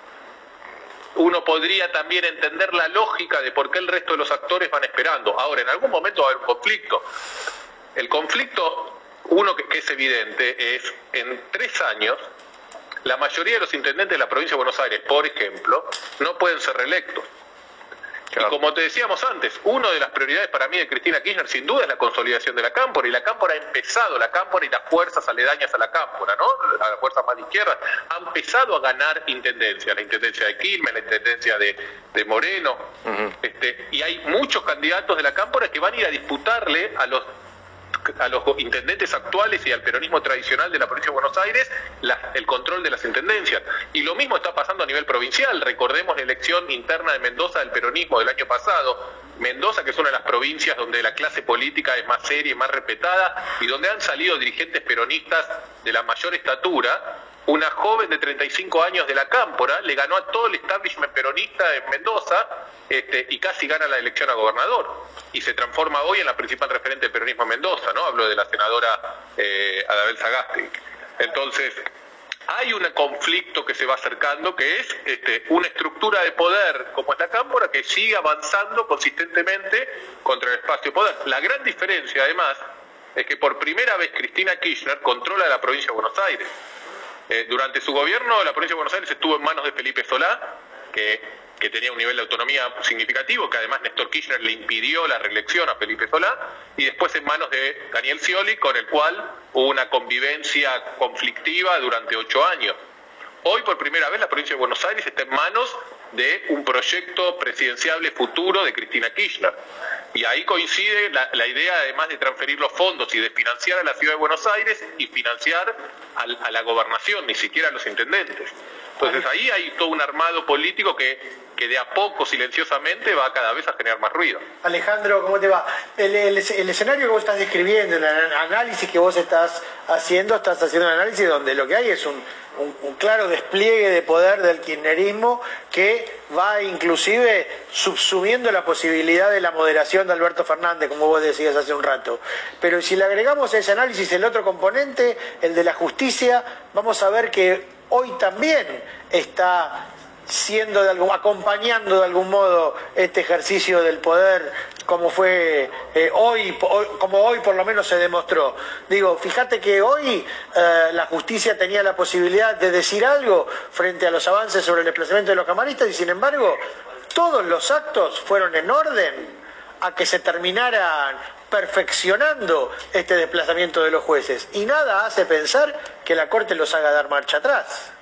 uno podría también entender la lógica de por qué el resto de los actores van esperando. Ahora, en algún momento va a haber un conflicto. El conflicto, uno que, que es evidente, es en tres años, la mayoría de los intendentes de la provincia de Buenos Aires, por ejemplo, no pueden ser reelectos. Claro. Y como te decíamos antes, una de las prioridades para mí de Cristina Kirchner sin duda es la consolidación de la Cámpora, y la Cámpora ha empezado, la Cámpora y las fuerzas aledañas a la Cámpora, ¿no? Las fuerzas más de izquierda han empezado a ganar intendencia, la intendencia de Quilmes, la intendencia de, de Moreno, uh-huh. este, y hay muchos candidatos de la Cámpora que van a ir a disputarle a los a los intendentes actuales y al peronismo tradicional de la provincia de Buenos Aires la, el control de las intendencias. Y lo mismo está pasando a nivel provincial. Recordemos la elección interna de Mendoza del peronismo del año pasado. Mendoza, que es una de las provincias donde la clase política es más seria y más respetada, y donde han salido dirigentes peronistas de la mayor estatura. Una joven de treinta y cinco años de la Cámpora le ganó a todo el establishment peronista en Mendoza, este, y casi gana la elección a gobernador, y se transforma hoy en la principal referente del peronismo en Mendoza, ¿no? Hablo de la senadora eh, Adabel Sagasti. Entonces, hay un conflicto que se va acercando, que es este, una estructura de poder como es la Cámpora, que sigue avanzando consistentemente contra el espacio de poder. La gran diferencia, además, es que por primera vez Cristina Kirchner controla la provincia de Buenos Aires. Eh, durante su gobierno, la provincia de Buenos Aires estuvo en manos de Felipe Solá, que, que tenía un nivel de autonomía significativo, que además Néstor Kirchner le impidió la reelección a Felipe Solá, y después en manos de Daniel Scioli, con el cual hubo una convivencia conflictiva durante ocho años. Hoy, por primera vez, la provincia de Buenos Aires está en manos de un proyecto presidenciable futuro de Cristina Kirchner. Y ahí coincide la, la idea, además de transferir los fondos y de financiar a la ciudad de Buenos Aires y financiar al, a la gobernación, ni siquiera a los intendentes. Entonces ahí hay todo un armado político que, que de a poco, silenciosamente, va cada vez a generar más ruido. Alejandro, ¿cómo te va? El, el, el escenario que vos estás describiendo, el análisis que vos estás haciendo, estás haciendo un análisis donde lo que hay es un, un, un claro despliegue de poder del kirchnerismo que va inclusive subsumiendo la posibilidad de la moderación de Alberto Fernández, como vos decías hace un rato. Pero si le agregamos a ese análisis el otro componente, el de la justicia, vamos a ver que hoy también está siendo de algún, acompañando de algún modo este ejercicio del poder, como fue eh, hoy, hoy, como hoy por lo menos se demostró. Digo, fíjate que hoy eh, la justicia tenía la posibilidad de decir algo frente a los avances sobre el desplazamiento de los camaristas, y sin embargo todos los actos fueron en orden a que se terminaran perfeccionando este desplazamiento de los jueces, y nada hace pensar que la Corte los haga dar marcha atrás.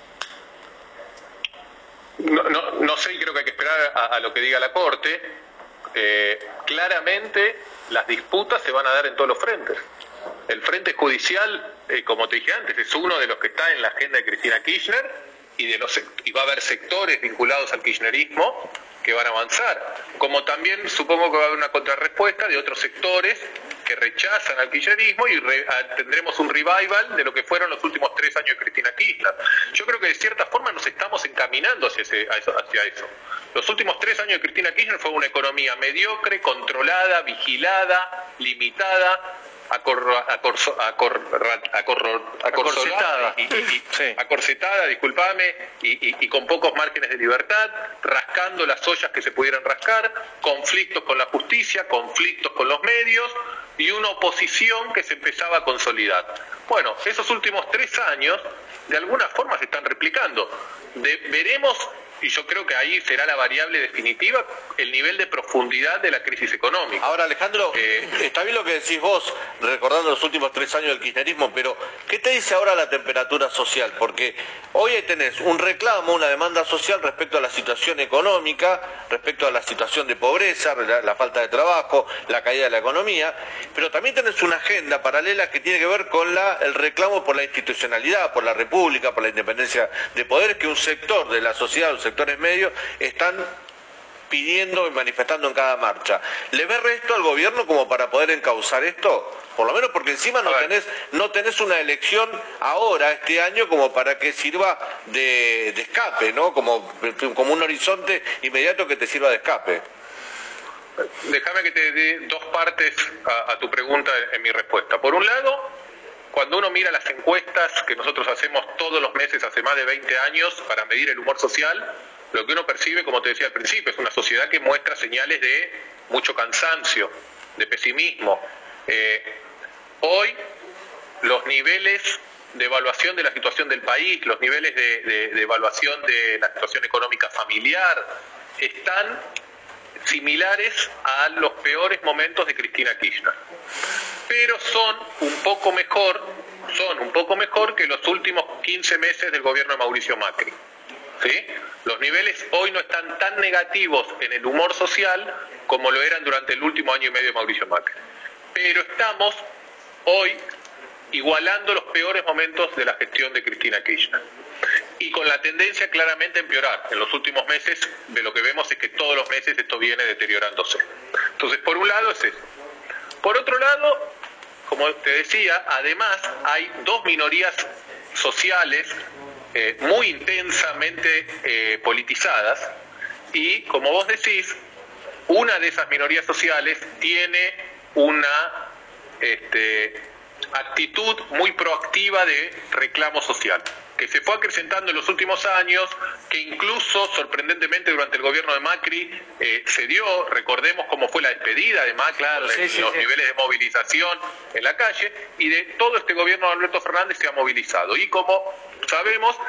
No, no, no sé, y creo que hay que esperar a, a lo que diga la Corte. Eh, claramente las disputas se van a dar en todos los frentes. El frente judicial, eh, como te dije antes, es uno de los que está en la agenda de Cristina Kirchner, y, de los, y va a haber sectores vinculados al kirchnerismo que van a avanzar, como también supongo que va a haber una contrarrespuesta de otros sectores que rechazan al kirchnerismo, y re, a, tendremos un revival de lo que fueron los últimos tres años de Cristina Kirchner. Yo creo que de cierta forma nos estamos encaminando hacia, ese, hacia eso. Los últimos tres años de Cristina Kirchner fue una economía mediocre, controlada, vigilada, limitada, Acor, acor, acor, acor, acorsetada, y, y, y, sí. acorsetada, disculpame, y, y, y con pocos márgenes de libertad, rascando las ollas que se pudieran rascar, conflictos con la justicia, conflictos con los medios, y una oposición que se empezaba a consolidar. Bueno, esos últimos tres años de alguna forma se están replicando. De, veremos, y yo creo que ahí será la variable definitiva, el nivel de profundidad de la crisis económica. Ahora, Alejandro, eh, está bien lo que decís vos, recordando los últimos tres años del kirchnerismo, pero ¿qué te dice ahora la temperatura social? Porque hoy tenés un reclamo, una demanda social respecto a la situación económica, respecto a la situación de pobreza, la, la falta de trabajo, la caída de la economía, pero también tenés una agenda paralela que tiene que ver con la, el reclamo por la institucionalidad, por la república, por la independencia de poderes, que un sector de la sociedad, los sectores medios, están pidiendo y manifestando en cada marcha. ¿Le ves resto al gobierno como para poder encauzar esto? Por lo menos porque encima no tenés, no tenés una elección ahora, este año, como para que sirva de, de escape, ¿no? Como, como un horizonte inmediato que te sirva de escape. Déjame que te dé dos partes a, a tu pregunta en, en mi respuesta. Por un lado, cuando uno mira las encuestas que nosotros hacemos todos los meses hace más de veinte años para medir el humor social, lo que uno percibe, como te decía al principio, es una sociedad que muestra señales de mucho cansancio, de pesimismo. Eh, hoy, los niveles de evaluación de la situación del país, los niveles de, de, de evaluación de la situación económica familiar, están similares a los peores momentos de Cristina Kirchner. Pero son un poco mejor, son un poco mejor que los últimos quince meses del gobierno de Mauricio Macri. ¿Sí? Los niveles hoy no están tan negativos en el humor social como lo eran durante el último año y medio de Mauricio Macri. Pero estamos hoy igualando los peores momentos de la gestión de Cristina Kirchner. Y con la tendencia claramente a empeorar. En los últimos meses, de lo que vemos es que todos los meses esto viene deteriorándose. Entonces, por un lado es eso. Por otro lado, como te decía, además hay dos minorías sociales eh, muy intensamente eh, politizadas, y como vos decís, una de esas minorías sociales tiene una este, actitud muy proactiva de reclamo social, que se fue acrecentando en los últimos años, que incluso sorprendentemente durante el gobierno de Macri eh, se dio. Recordemos cómo fue la despedida de Macri, claro, sí, sí, los sí. niveles de movilización en la calle, y de todo este gobierno de Alberto Fernández se ha movilizado. Y como sabemos,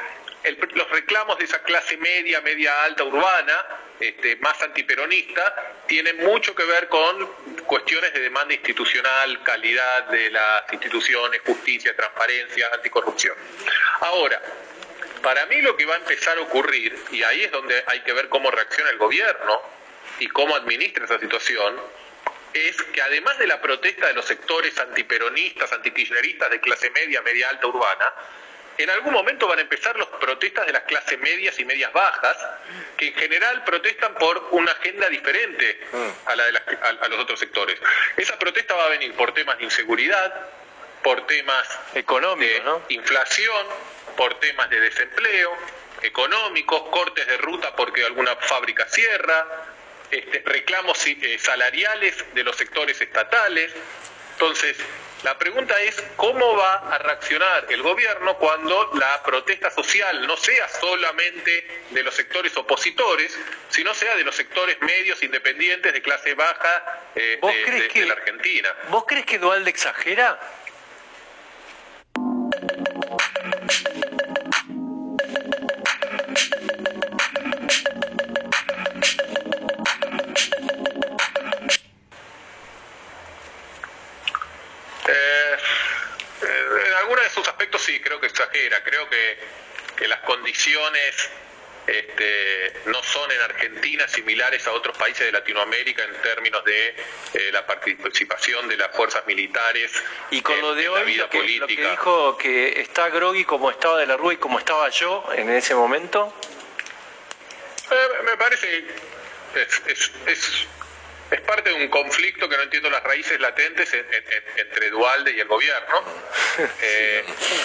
el, los reclamos de esa clase media, media alta urbana, este, más antiperonista, tienen mucho que ver con cuestiones de demanda institucional, calidad de las instituciones, justicia, transparencia, anticorrupción. Ahora, para mí lo que va a empezar a ocurrir, y ahí es donde hay que ver cómo reacciona el gobierno y cómo administra esa situación, es que además de la protesta de los sectores antiperonistas, antikirchneristas de clase media, media alta urbana, en algún momento van a empezar las protestas de las clases medias y medias bajas, que en general protestan por una agenda diferente a la de las, a, a los otros sectores. Esa protesta va a venir por temas de inseguridad, por temas económicos, de ¿no? inflación, por temas de desempleo, económicos, cortes de ruta porque alguna fábrica cierra, este, reclamos eh, salariales de los sectores estatales. Entonces, la pregunta es cómo va a reaccionar el gobierno cuando la protesta social no sea solamente de los sectores opositores, sino sea de los sectores medios independientes de clase baja eh, ¿Vos de, crees de, que, de la Argentina. ¿Vos crees que Duhalde exagera? Eh, en algunos de sus aspectos sí, creo que exagera. Creo que, que las condiciones este, no son en Argentina similares a otros países de Latinoamérica en términos de eh, la participación de las fuerzas militares y con en, lo de en hoy, la vida lo que, política. Lo que dijo que está grogui como estaba de la Rúa y como estaba yo en ese momento. Eh, me parece es, es, es Es parte de un conflicto que no entiendo las raíces latentes en, en, en, entre Duhalde y el gobierno. Eh,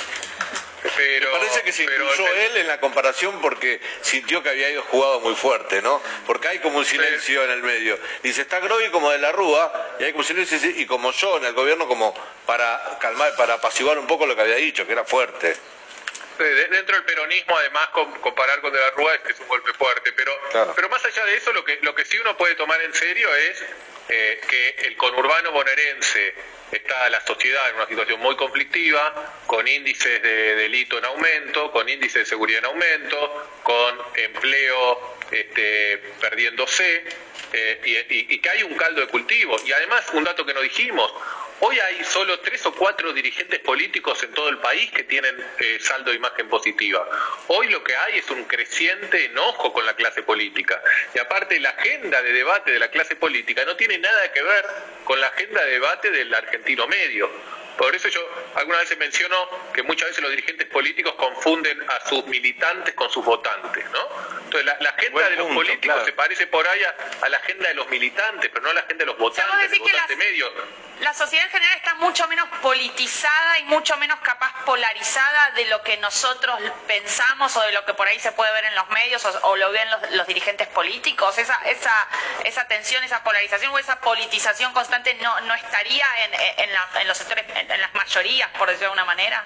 pero, Me parece que se incluyó pero, él en la comparación porque sintió que había ido jugado muy fuerte, ¿no? Porque hay como un silencio en el medio. Dice, está Grogui como de la Rúa, y hay como un silencio, y como yo en el gobierno como para calmar, para apaciguar un poco lo que había dicho, que era fuerte. Dentro del peronismo, además, comparar con De la Rúa es que es un golpe fuerte, pero claro. pero más allá de eso, lo que lo que sí uno puede tomar en serio es eh, que el conurbano bonaerense está la sociedad en una situación muy conflictiva, con índices de delito en aumento, con índices de seguridad en aumento, con empleo este, perdiéndose, eh, y, y, y que hay un caldo de cultivo. Y además, un dato que no dijimos, hoy hay solo tres o cuatro dirigentes políticos en todo el país que tienen eh, saldo de imagen positiva. Hoy lo que hay es un creciente enojo con la clase política. Y aparte, la agenda de debate de la clase política no tiene nada que ver con la agenda de debate del argentino medio. Por eso yo algunas veces menciono que muchas veces los dirigentes políticos confunden a sus militantes con sus votantes, ¿no? Entonces la, la agenda Buen de los punto, políticos claro. se parece por ahí a, a la agenda de los militantes, pero no a la agenda de los votantes, del votante medio. La sociedad en general está mucho menos politizada y mucho menos capaz polarizada de lo que nosotros pensamos o de lo que por ahí se puede ver en los medios o, o lo ven los, los dirigentes políticos. Esa, esa, esa tensión, esa polarización o esa politización constante no, no estaría en, en, la, en los sectores, en, en las mayorías, por decirlo de alguna manera.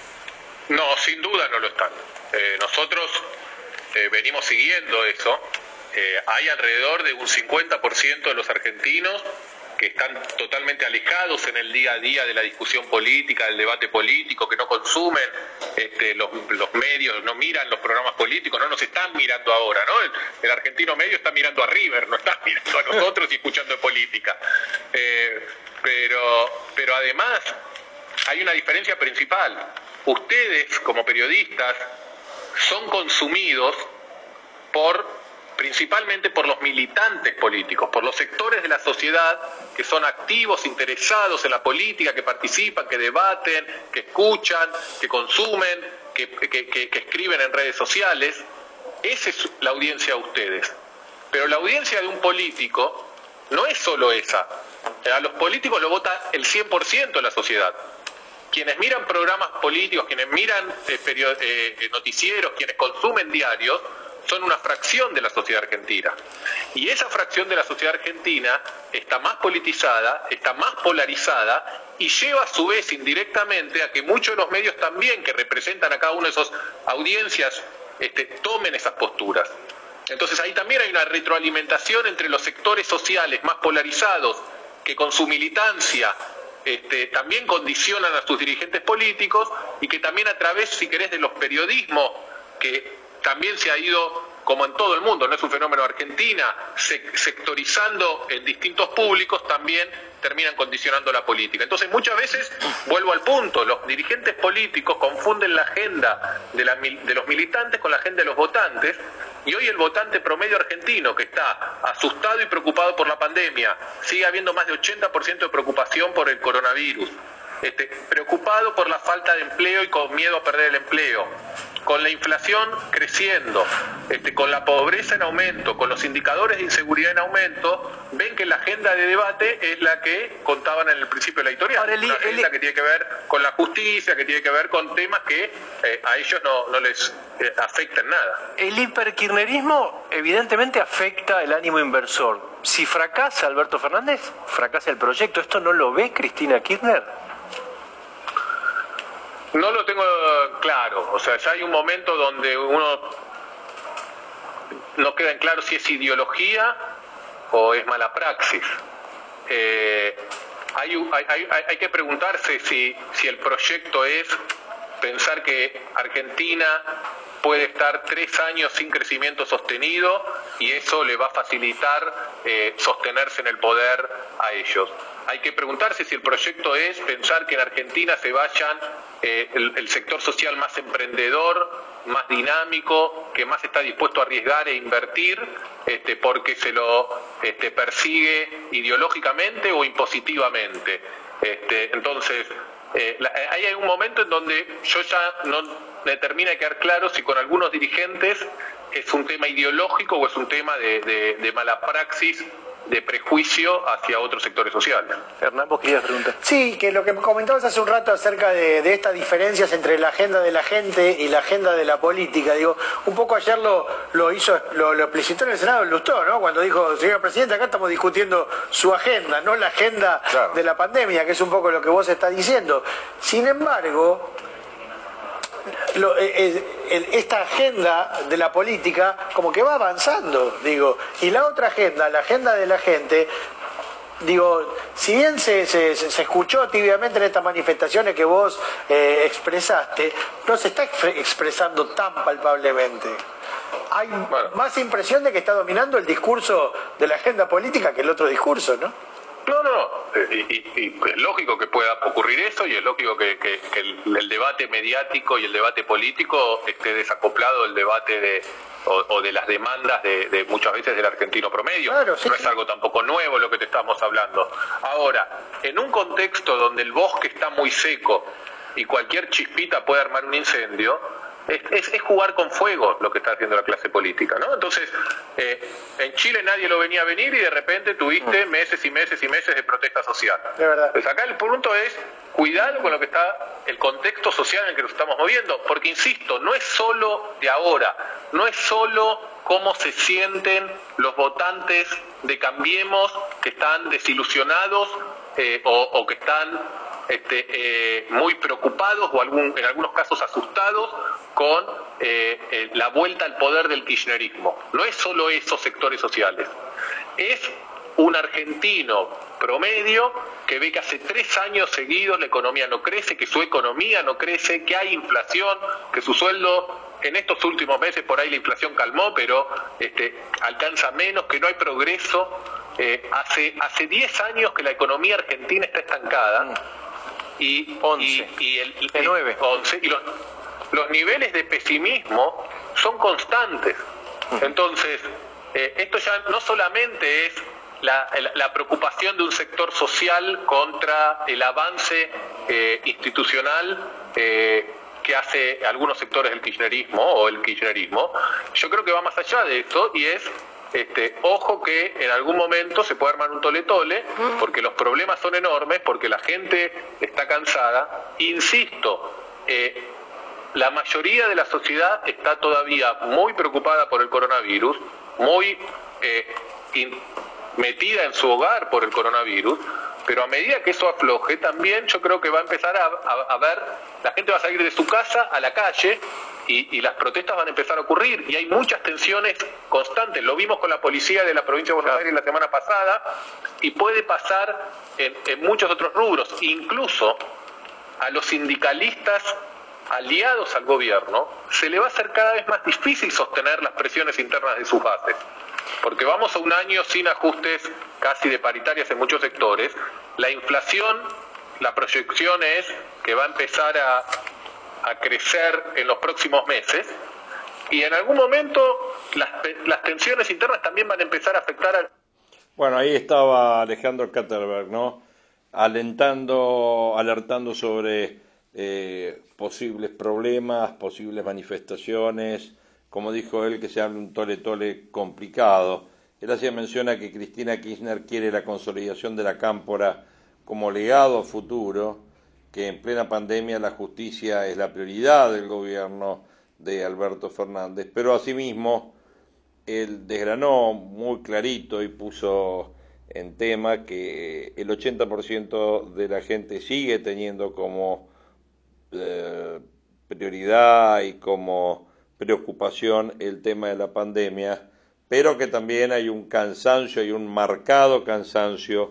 No, sin duda no lo están. Eh, nosotros eh, venimos siguiendo eso. Eh, hay alrededor de un cincuenta por ciento de los argentinos que están totalmente alejados en el día a día de la discusión política, del debate político, que no consumen este, los, los medios, no miran los programas políticos, no nos están mirando ahora, ¿no? El, el argentino medio está mirando a River, no está mirando a nosotros y escuchando de política. Eh, pero, pero además hay una diferencia principal. Ustedes, como periodistas, son consumidos por principalmente por los militantes políticos, por los sectores de la sociedad que son activos, interesados en la política, que participan, que debaten, que escuchan, que consumen, que, que, que, que escriben en redes sociales. Esa es la audiencia de ustedes. Pero la audiencia de un político no es solo esa. A los políticos lo vota el cien por ciento de la sociedad. Quienes miran programas políticos, quienes miran eh, period- eh, noticieros, quienes consumen diarios, son una fracción de la sociedad argentina. Y esa fracción de la sociedad argentina está más politizada, está más polarizada y lleva a su vez indirectamente a que muchos de los medios también que representan a cada una de esas audiencias este, tomen esas posturas. Entonces ahí también hay una retroalimentación entre los sectores sociales más polarizados que con su militancia este, también condicionan a sus dirigentes políticos y que también a través, si querés, de los periodismos que también se ha ido, como en todo el mundo, no es un fenómeno de Argentina, sectorizando en distintos públicos, también terminan condicionando la política. Entonces, muchas veces, vuelvo al punto, los dirigentes políticos confunden la agenda de, la, de los militantes con la agenda de los votantes, y hoy el votante promedio argentino, que está asustado y preocupado por la pandemia, sigue habiendo más de ochenta por ciento de preocupación por el coronavirus, este, preocupado por la falta de empleo y con miedo a perder el empleo, con la inflación creciendo, este, con la pobreza en aumento, con los indicadores de inseguridad en aumento, ven que la agenda de debate es la que contaban en el principio de la editorial. Ahora, el, una agenda el... que tiene que ver con la justicia, que tiene que ver con temas que eh, a ellos no, no les eh, afectan nada. El hiperkirchnerismo evidentemente afecta el ánimo inversor. Si fracasa Alberto Fernández, fracasa el proyecto. ¿Esto no lo ve Cristina Kirchner? No lo tengo claro, o sea, ya hay un momento donde uno no queda en claro si es ideología o es mala praxis. Eh, hay, hay, hay, hay que preguntarse si, si el proyecto es pensar que Argentina puede estar tres años sin crecimiento sostenido y eso le va a facilitar eh, sostenerse en el poder a ellos. Hay que preguntarse si el proyecto es pensar que en Argentina se vayan eh, el, el sector social más emprendedor, más dinámico, que más está dispuesto a arriesgar e invertir, este, porque se lo este, persigue ideológicamente o impositivamente. Este, entonces, eh, la, ahí hay un momento en donde yo ya no me termina de quedar claro si con algunos dirigentes es un tema ideológico o es un tema de, de, de mala praxis, de prejuicio hacia otros sectores sociales. Hernán, vos querías preguntar. Sí, que lo que comentabas hace un rato acerca de, de estas diferencias entre la agenda de la gente y la agenda de la política, digo, un poco ayer lo, lo hizo, lo, lo explicitó en el Senado el Lustó, ¿no? Cuando dijo, señor presidente, acá estamos discutiendo su agenda, no la agenda claro. de la pandemia, que es un poco lo que vos estás diciendo. Sin embargo, Lo, eh, eh, esta agenda de la política como que va avanzando, digo, y la otra agenda, la agenda de la gente, digo, si bien se, se, se escuchó tibiamente en estas manifestaciones que vos eh, expresaste, no se está expresando tan palpablemente. Hay bueno. más impresión de que está dominando el discurso de la agenda política que el otro discurso, ¿no? No, no, no. Y, y, y es lógico que pueda ocurrir eso y es lógico que, que, que el, el debate mediático y el debate político esté desacoplado del debate de o, o de las demandas de, de muchas veces del argentino promedio. Claro, sí, no sí. es algo tampoco nuevo lo que te estamos hablando. Ahora, en un contexto donde el bosque está muy seco y cualquier chispita puede armar un incendio, Es, es, es jugar con fuego lo que está haciendo la clase política, ¿no? Entonces, eh, en Chile nadie lo venía a venir y de repente tuviste meses y meses y meses de protesta social. De verdad. Pues acá el punto es cuidar con lo que está el contexto social en el que nos estamos moviendo, porque insisto, no es solo de ahora, no es solo cómo se sienten los votantes de Cambiemos que están desilusionados eh, o, o que están Este, eh, muy preocupados o algún, en algunos casos asustados con eh, eh, la vuelta al poder del kirchnerismo. No es solo esos sectores sociales, es un argentino promedio que ve que hace tres años seguidos la economía no crece, que su economía no crece, que hay inflación, que su sueldo en estos últimos meses por ahí la inflación calmó, pero este, alcanza menos, que no hay progreso. Eh, hace hace diez años que la economía argentina está estancada. Y, once. y, y el y, nueve. once, y los, los niveles de pesimismo son constantes. Entonces, eh, esto ya no solamente es la, la, la preocupación de un sector social contra el avance eh, institucional eh, que hace algunos sectores del kirchnerismo o el kirchnerismo. Yo creo que va más allá de esto y es Este, ojo que en algún momento se puede armar un tole-tole, porque los problemas son enormes, porque la gente está cansada. Insisto, eh, la mayoría de la sociedad está todavía muy preocupada por el coronavirus, muy eh, in, metida en su hogar por el coronavirus, pero a medida que eso afloje, también yo creo que va a empezar a, a, a ver, la gente va a salir de su casa a la calle, Y, y las protestas van a empezar a ocurrir y hay muchas tensiones constantes. Lo vimos con la policía de la provincia de Buenos Aires la semana pasada y puede pasar en, en muchos otros rubros. Incluso a los sindicalistas aliados al gobierno, se le va a hacer cada vez más difícil sostener las presiones internas de sus bases. Porque vamos a un año sin ajustes casi de paritarias en muchos sectores. La inflación, la proyección es que va a empezar a, a crecer en los próximos meses. Y en algún momento las, las tensiones internas también van a empezar a afectar al... Bueno, ahí estaba Alejandro Katterberg, ¿no? Alentando, alertando sobre eh, posibles problemas, posibles manifestaciones, como dijo él, que se habla un tole-tole complicado. Él hacía mención a que Cristina Kirchner quiere la consolidación de la cámpora como legado futuro, que en plena pandemia la justicia es la prioridad del gobierno de Alberto Fernández, pero asimismo él desgranó muy clarito y puso en tema que el ochenta por ciento de la gente sigue teniendo como eh, prioridad y como preocupación el tema de la pandemia, pero que también hay un cansancio, hay un marcado cansancio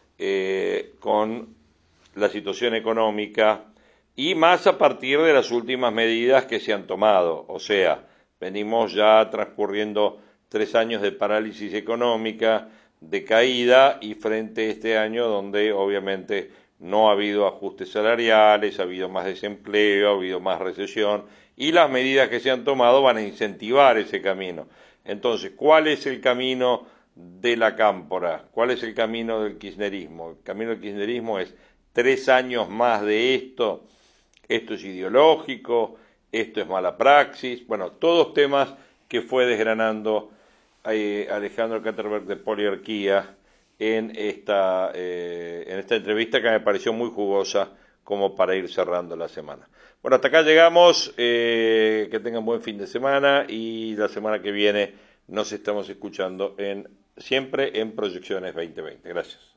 eh, con la situación económica y más a partir de las últimas medidas que se han tomado. O sea, venimos ya transcurriendo tres años de parálisis económica, de caída, y frente a este año donde obviamente no ha habido ajustes salariales, ha habido más desempleo, ha habido más recesión, y las medidas que se han tomado van a incentivar ese camino. Entonces, ¿cuál es el camino de la cámpora? ¿Cuál es el camino del kirchnerismo? El camino del kirchnerismo es tres años más de esto, esto es ideológico, esto es mala praxis, bueno, todos temas que fue desgranando eh, Alejandro Katterberg de Poliarquía en esta, eh, en esta entrevista que me pareció muy jugosa como para ir cerrando la semana. Bueno, hasta acá llegamos, eh, que tengan buen fin de semana y la semana que viene nos estamos escuchando en siempre en Proyecciones veinte veinte. Gracias.